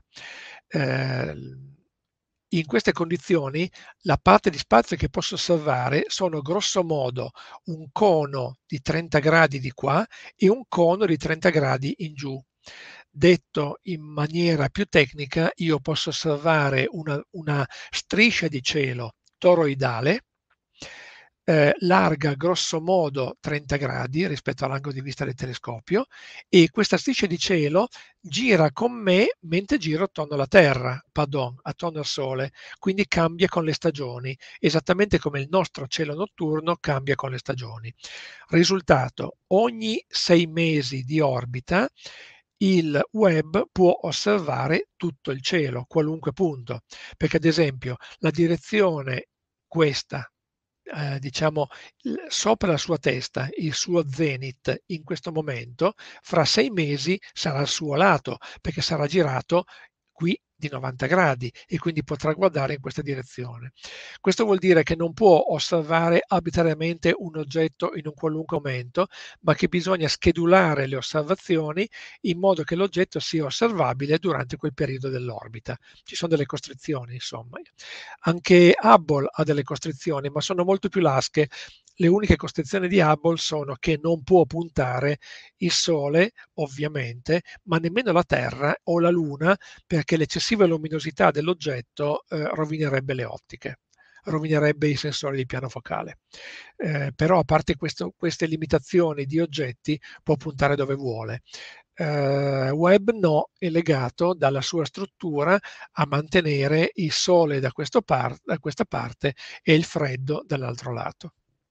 In queste condizioni la parte di spazio che posso osservare sono grosso modo un cono di 30 gradi di qua e un cono di 30 gradi in giù. Detto in maniera più tecnica, io posso osservare una striscia di cielo toroidale, larga grosso modo 30 gradi rispetto all'angolo di vista del telescopio, e questa striscia di cielo gira con me mentre giro attorno alla Terra, attorno al Sole, quindi cambia con le stagioni, esattamente come il nostro cielo notturno cambia con le stagioni. Risultato: ogni 6 mesi di orbita il web può osservare tutto il cielo, qualunque punto, perché ad esempio la direzione questa, diciamo sopra la sua testa, il suo zenith in questo momento, fra 6 mesi sarà al suo lato, perché sarà girato qui di 90 gradi e quindi potrà guardare in questa direzione. Questo vuol dire che non può osservare arbitrariamente un oggetto in un qualunque momento, ma che bisogna schedulare le osservazioni in modo che l'oggetto sia osservabile durante quel periodo dell'orbita. Ci sono delle costrizioni, insomma. Anche Hubble ha delle costrizioni, ma sono molto più lasche. Le uniche costrizioni di Hubble sono che non può puntare il Sole, ovviamente, ma nemmeno la Terra o la Luna, perché l'eccessiva luminosità dell'oggetto rovinerebbe le ottiche, rovinerebbe i sensori di piano focale. Però a parte queste limitazioni di oggetti, può puntare dove vuole. Webb no, è legato dalla sua struttura a mantenere il Sole da questa parte e il freddo dall'altro lato.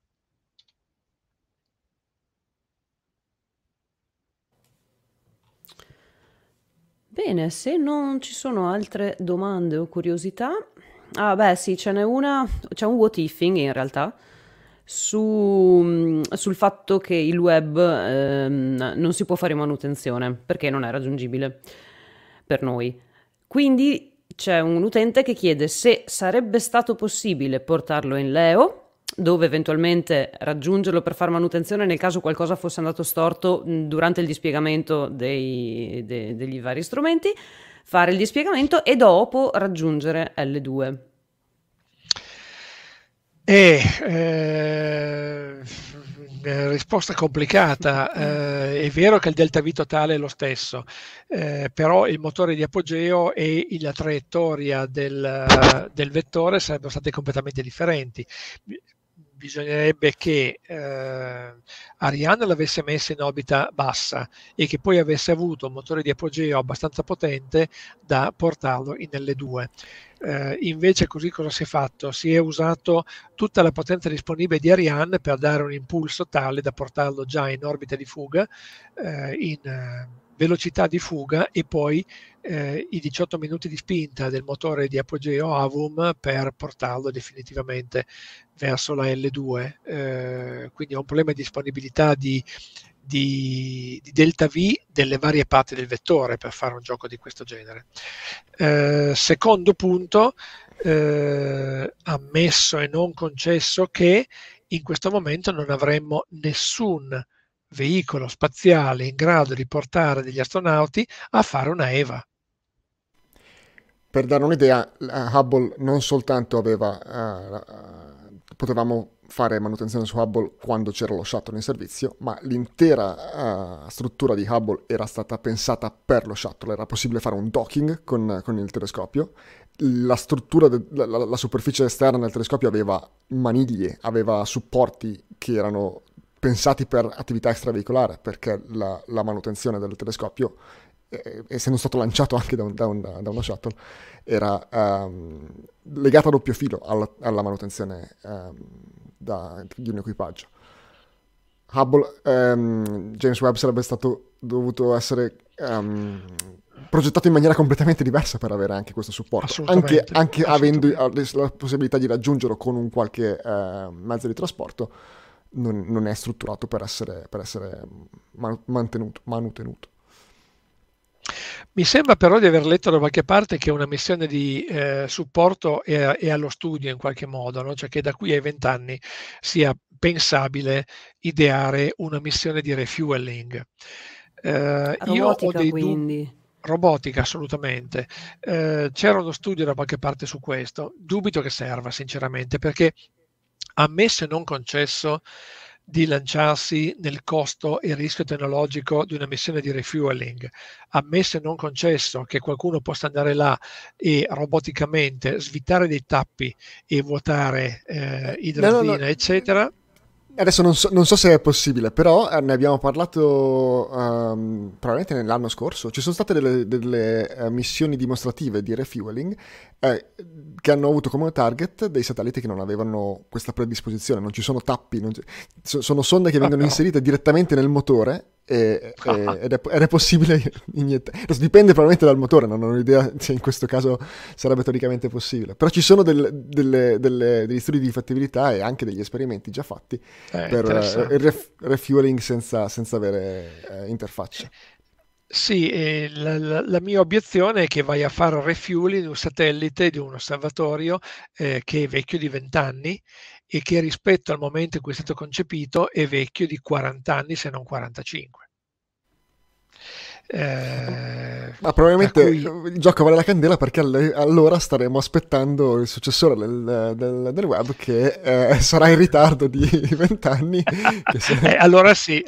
Bene, se non ci sono altre domande o curiosità... Ah, beh, sì, ce n'è una, c'è un what ifing in realtà, sul fatto che il web non si può fare manutenzione perché non è raggiungibile per noi. Quindi c'è un utente che chiede se sarebbe stato possibile portarlo in Leo, dove eventualmente raggiungerlo per fare manutenzione nel caso qualcosa fosse andato storto durante il dispiegamento degli vari strumenti, fare il dispiegamento e dopo raggiungere L2. Risposta complicata. È vero che il delta V totale è lo stesso, però il motore di apogeo e la traiettoria del vettore sarebbero state completamente differenti. Bisognerebbe che Ariane l'avesse messa in orbita bassa e che poi avesse avuto un motore di apogeo abbastanza potente da portarlo in L2. Invece così cosa si è fatto? Si è usato tutta la potenza disponibile di Ariane per dare un impulso tale da portarlo già in orbita di fuga, in velocità di fuga, e poi i 18 minuti di spinta del motore di apogeo AVUM per portarlo definitivamente verso la L2. Quindi ho un problema di disponibilità di delta V delle varie parti del vettore per fare un gioco di questo genere. Secondo punto, ammesso e non concesso che in questo momento non avremmo nessun veicolo spaziale in grado di portare degli astronauti a fare una EVA. Per dare un'idea, Hubble non soltanto potevamo fare manutenzione su Hubble quando c'era lo shuttle in servizio, ma l'intera struttura di Hubble era stata pensata per lo shuttle. Era possibile fare un docking con il telescopio. La struttura, la superficie esterna del telescopio aveva maniglie, aveva supporti che erano pensati per attività extraveicolare, perché la manutenzione del telescopio, essendo stato lanciato anche da uno shuttle, era legata a doppio filo alla manutenzione di un equipaggio. Hubble, James Webb sarebbe dovuto essere progettato in maniera completamente diversa per avere anche questo supporto, anche avendo la possibilità di raggiungerlo con un qualche mezzo di trasporto. Non è strutturato per essere manutenuto. Mi sembra però di aver letto da qualche parte che una missione di supporto è allo studio in qualche modo, no? Cioè che da qui ai 20 anni sia pensabile ideare una missione di refueling. Robotica, quindi. Robotica, assolutamente. C'era uno studio da qualche parte su questo. Dubito che serva, sinceramente, perché ammesso e non concesso di lanciarsi nel costo e rischio tecnologico di una missione di refueling, ammesso e non concesso che qualcuno possa andare là e roboticamente svitare dei tappi e vuotare idrazina, eccetera. Adesso non so se è possibile, però ne abbiamo parlato probabilmente nell'anno scorso. Ci sono state delle missioni dimostrative di refueling che hanno avuto come target dei satelliti che non avevano questa predisposizione. Non ci sono tappi, sono sonde che vengono inserite direttamente nel motore ed è possibile iniettare. Dipende probabilmente dal motore, non ho idea se in questo caso sarebbe teoricamente possibile, però ci sono degli studi di fattibilità e anche degli esperimenti già fatti per il refueling senza avere interfacce. Sì, la mia obiezione è che vai a fare refueling di un satellite, di un osservatorio che è vecchio di 20 anni e che rispetto al momento in cui è stato concepito è vecchio di 40 anni, se non 45. Ma probabilmente il gioco vale la candela, perché allora staremo aspettando il successore del web che sarà in ritardo di 20 anni. Allora sì.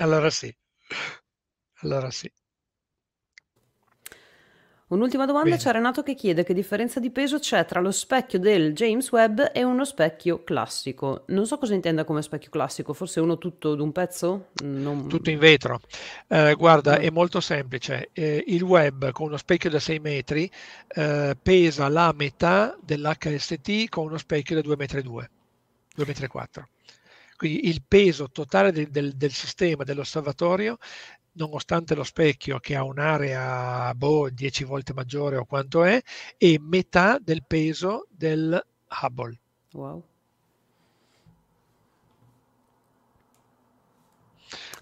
Un'ultima domanda. C'è Renato che chiede che differenza di peso c'è tra lo specchio del James Webb e uno specchio classico. Non so cosa intenda come specchio classico, forse uno tutto d'un pezzo? Tutto in vetro. Guarda, è molto semplice. Il Webb con uno specchio da 6 metri pesa la metà dell'HST con uno specchio da 2,2 m, 2,4 m. Quindi il peso totale del sistema, dell'osservatorio, nonostante lo specchio che ha un'area 10 volte maggiore o quanto è metà del peso del Hubble. Wow.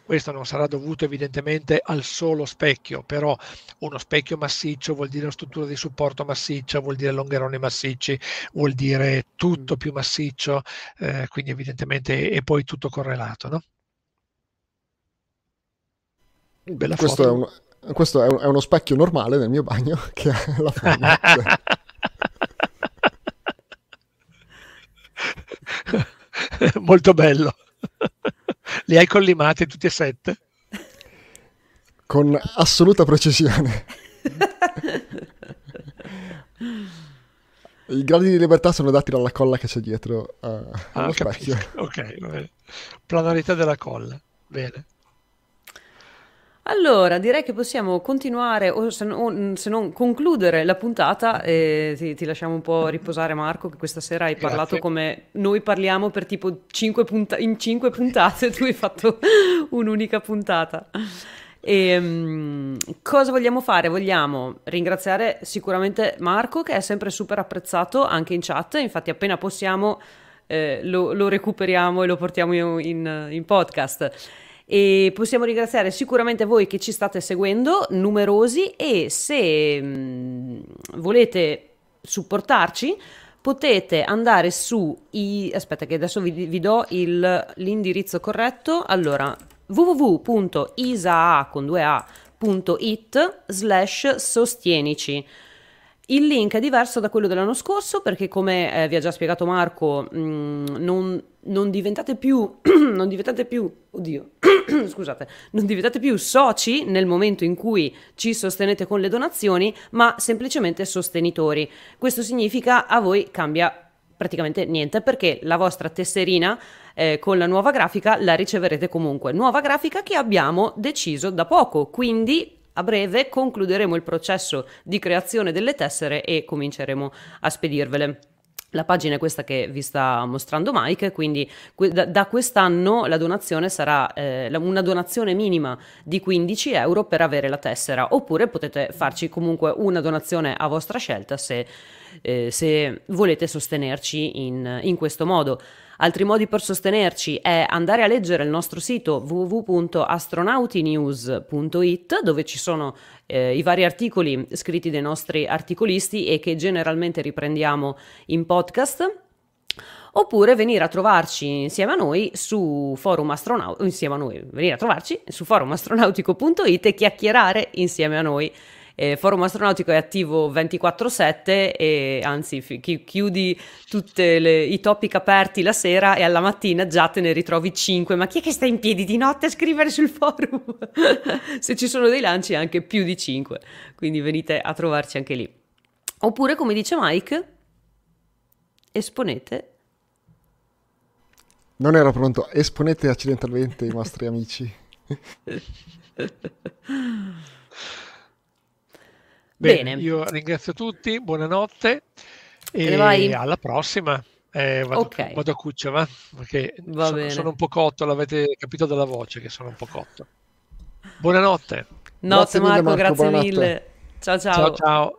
Questo non sarà dovuto evidentemente al solo specchio, però uno specchio massiccio vuol dire una struttura di supporto massiccia, vuol dire longheroni massicci, vuol dire tutto più massiccio, quindi evidentemente è poi tutto correlato, no? Bella Questo è, foto. è uno specchio normale nel mio bagno che ha la foglia. Molto bello. Li hai collimati tutti e 7? Con assoluta precisione. I gradi di libertà sono dati dalla colla che c'è dietro allo specchio. Capisco. Ok, va bene. Planarità della colla. Bene. Allora, direi che possiamo continuare, o se non concludere la puntata, e ti lasciamo un po' riposare, Marco, che questa sera hai parlato Grazie. come noi parliamo per tipo in 5 puntate, tu hai fatto un'unica puntata. Cosa vogliamo fare? Vogliamo ringraziare sicuramente Marco, che è sempre super apprezzato anche in chat, infatti appena possiamo lo recuperiamo e lo portiamo in podcast. E possiamo ringraziare sicuramente voi che ci state seguendo, numerosi, e se volete supportarci potete andare aspetta che adesso vi do l'indirizzo corretto. Allora, www.isaa.it/sostienici. Il link è diverso da quello dell'anno scorso perché, come vi ha già spiegato Marco, non diventate più, oddio, scusate, non diventate più soci nel momento in cui ci sostenete con le donazioni, ma semplicemente sostenitori. Questo significa a voi cambia praticamente niente perché la vostra tesserina con la nuova grafica la riceverete comunque. Nuova grafica che abbiamo deciso da poco, quindi a breve concluderemo il processo di creazione delle tessere e cominceremo a spedirvele. La pagina è questa che vi sta mostrando Mike, quindi da quest'anno la donazione sarà una donazione minima di 15 euro per avere la tessera, oppure potete farci comunque una donazione a vostra scelta se volete sostenerci in questo modo. Altri modi per sostenerci è andare a leggere il nostro sito www.astronautinews.it, dove ci sono i vari articoli scritti dai nostri articolisti e che generalmente riprendiamo in podcast, oppure venire a trovarci insieme a noi su venire a trovarci su forumastronautico.it e chiacchierare insieme a noi. Forum Astronautico è attivo 24/7 e anzi chiudi tutti i topic aperti la sera e alla mattina già te ne ritrovi 5. Ma chi è che sta in piedi di notte a scrivere sul forum? Se ci sono dei lanci anche più di 5, quindi venite a trovarci anche lì. Oppure, come dice Mike, esponete. Non ero pronto, esponete accidentalmente i vostri amici. Bene, Bene. io ringrazio tutti, buonanotte e vai? alla prossima. Ok. Vado a cuccia, va? Perché Va bene. sono un po' cotto, l'avete capito dalla voce che sono un po' cotto. Buonanotte. Notte Grazie mille, Marco, grazie buonanotte. mille. Ciao Ciao ciao.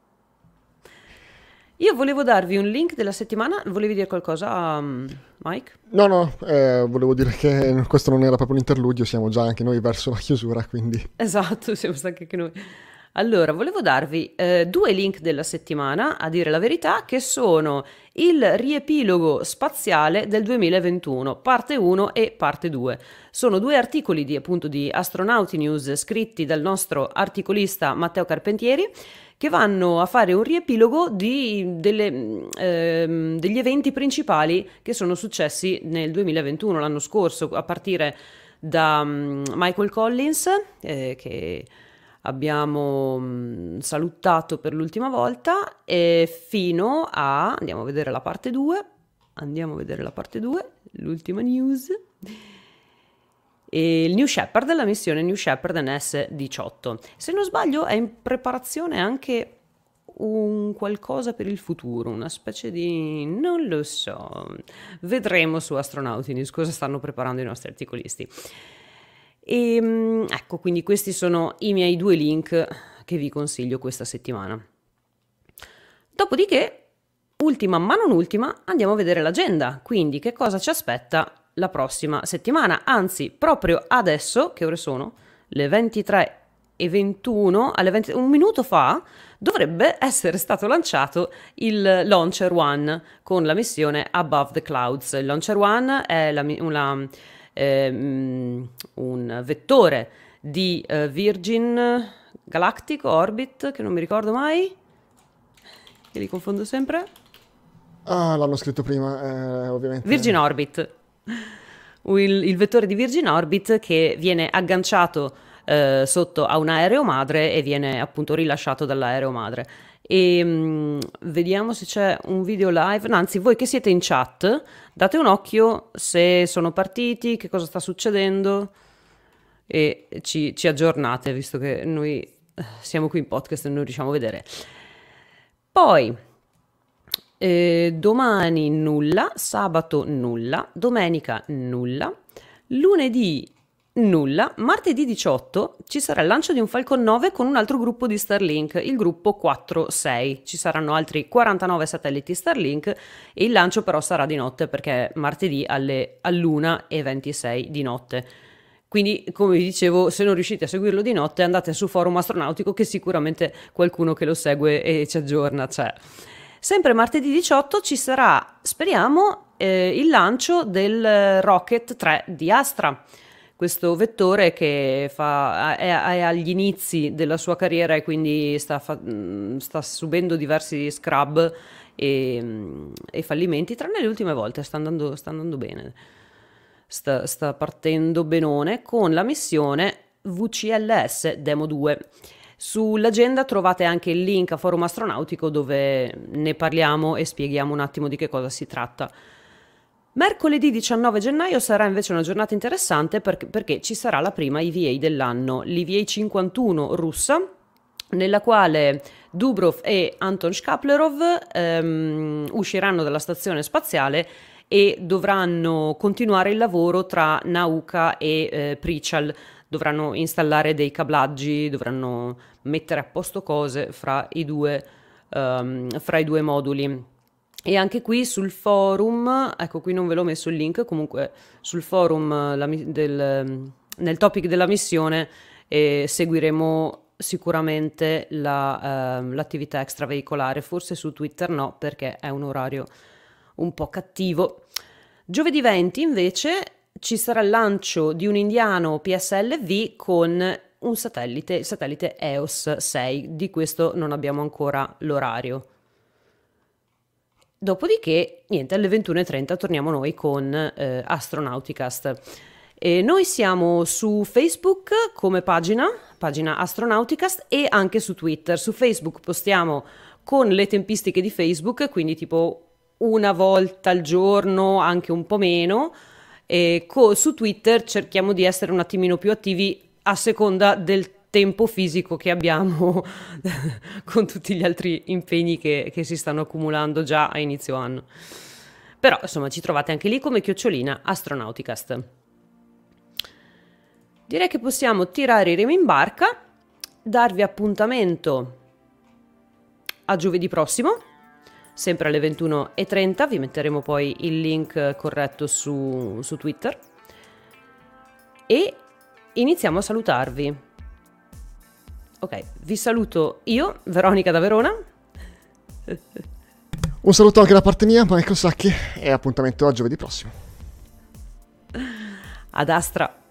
Io volevo darvi un link della settimana. Volevi dire qualcosa, Mike? No, volevo dire che questo non era proprio un interludio, siamo già anche noi verso la chiusura, quindi... Esatto, siamo stanchi anche noi. Allora, volevo darvi 2 link della settimana, a dire la verità, che sono il riepilogo spaziale del 2021, parte 1 e parte 2. Sono 2 articoli appunto di Astronauti News scritti dal nostro articolista Matteo Carpentieri, che vanno a fare un riepilogo degli eventi principali che sono successi nel 2021, l'anno scorso, a partire da Michael Collins, che abbiamo salutato per l'ultima volta, e fino a... Andiamo a vedere la parte 2, l'ultima news. E il New Shepard, la missione New Shepard NS-18. Se non sbaglio è in preparazione anche un qualcosa per il futuro, una specie di... non lo so, vedremo su Astronauti News cosa stanno preparando i nostri articolisti. E ecco, quindi questi sono i miei 2 link che vi consiglio questa settimana. Dopodiché, ultima ma non ultima, andiamo a vedere l'agenda, quindi che cosa ci aspetta la prossima settimana, anzi proprio adesso, che ore sono? Le 23:21, un minuto fa dovrebbe essere stato lanciato il Launcher One con la missione Above the Clouds. Il Launcher One è un vettore di Virgin Galactic Orbit, che non mi ricordo mai, che li confondo sempre. L'hanno scritto prima, ovviamente. Virgin Orbit. Il vettore di Virgin Orbit che viene agganciato sotto a un aereo madre e viene appunto rilasciato dall'aereo madre. E vediamo se c'è un video live. Anzi, voi che siete in chat, date un occhio se sono partiti, che cosa sta succedendo, e ci aggiornate, visto che noi siamo qui in podcast e non riusciamo a vedere. Poi domani nulla, sabato nulla, domenica nulla, lunedì nulla, martedì 18 ci sarà il lancio di un Falcon 9 con un altro gruppo di Starlink, il gruppo 4-6. Ci saranno altri 49 satelliti Starlink e il lancio però sarà di notte, perché martedì all'1:26 di notte. Quindi, come vi dicevo, se non riuscite a seguirlo di notte, andate sul forum astronautico, che sicuramente qualcuno che lo segue e ci aggiorna c'è. Sempre martedì 18 ci sarà, speriamo, il lancio del Rocket 3 di Astra, questo vettore che è agli inizi della sua carriera e quindi sta subendo diversi scrub e fallimenti, tranne le ultime volte, sta andando bene. Sta partendo benone con la missione VCLS Demo 2. Sull'agenda trovate anche il link a Forum Astronautico dove ne parliamo e spieghiamo un attimo di che cosa si tratta. Mercoledì 19 gennaio sarà invece una giornata interessante perché ci sarà la prima EVA dell'anno, l'EVA 51 russa, nella quale Dubrov e Anton Shkaplerov usciranno dalla stazione spaziale e dovranno continuare il lavoro tra Nauka e Prichal. Dovranno installare dei cablaggi, dovranno mettere a posto cose fra i due moduli. E anche qui sul forum, ecco, qui non ve l'ho messo il link, comunque sul forum nel topic della missione seguiremo sicuramente l'attività extraveicolare, forse su Twitter no, perché è un orario un po' cattivo. Giovedì 20 invece ci sarà il lancio di un indiano PSLV con un satellite, il satellite EOS 6, di questo non abbiamo ancora l'orario. Dopodiché, niente, alle 21:30 torniamo noi con Astronauticast. E noi siamo su Facebook come pagina Astronauticast, e anche su Twitter. Su Facebook postiamo con le tempistiche di Facebook, quindi tipo una volta al giorno, anche un po' meno, e su Twitter cerchiamo di essere un attimino più attivi a seconda del tempo fisico che abbiamo con tutti gli altri impegni che si stanno accumulando già a inizio anno. Però insomma ci trovate anche lì come @Astronauticast. Direi che possiamo tirare i remi in barca, darvi appuntamento a giovedì prossimo, sempre alle 21:30. Vi metteremo poi il link corretto su Twitter e iniziamo a salutarvi. Ok, vi saluto io, Veronica da Verona. Un saluto anche da parte mia, Michael Sacchi, e appuntamento a giovedì prossimo. Ad Astra.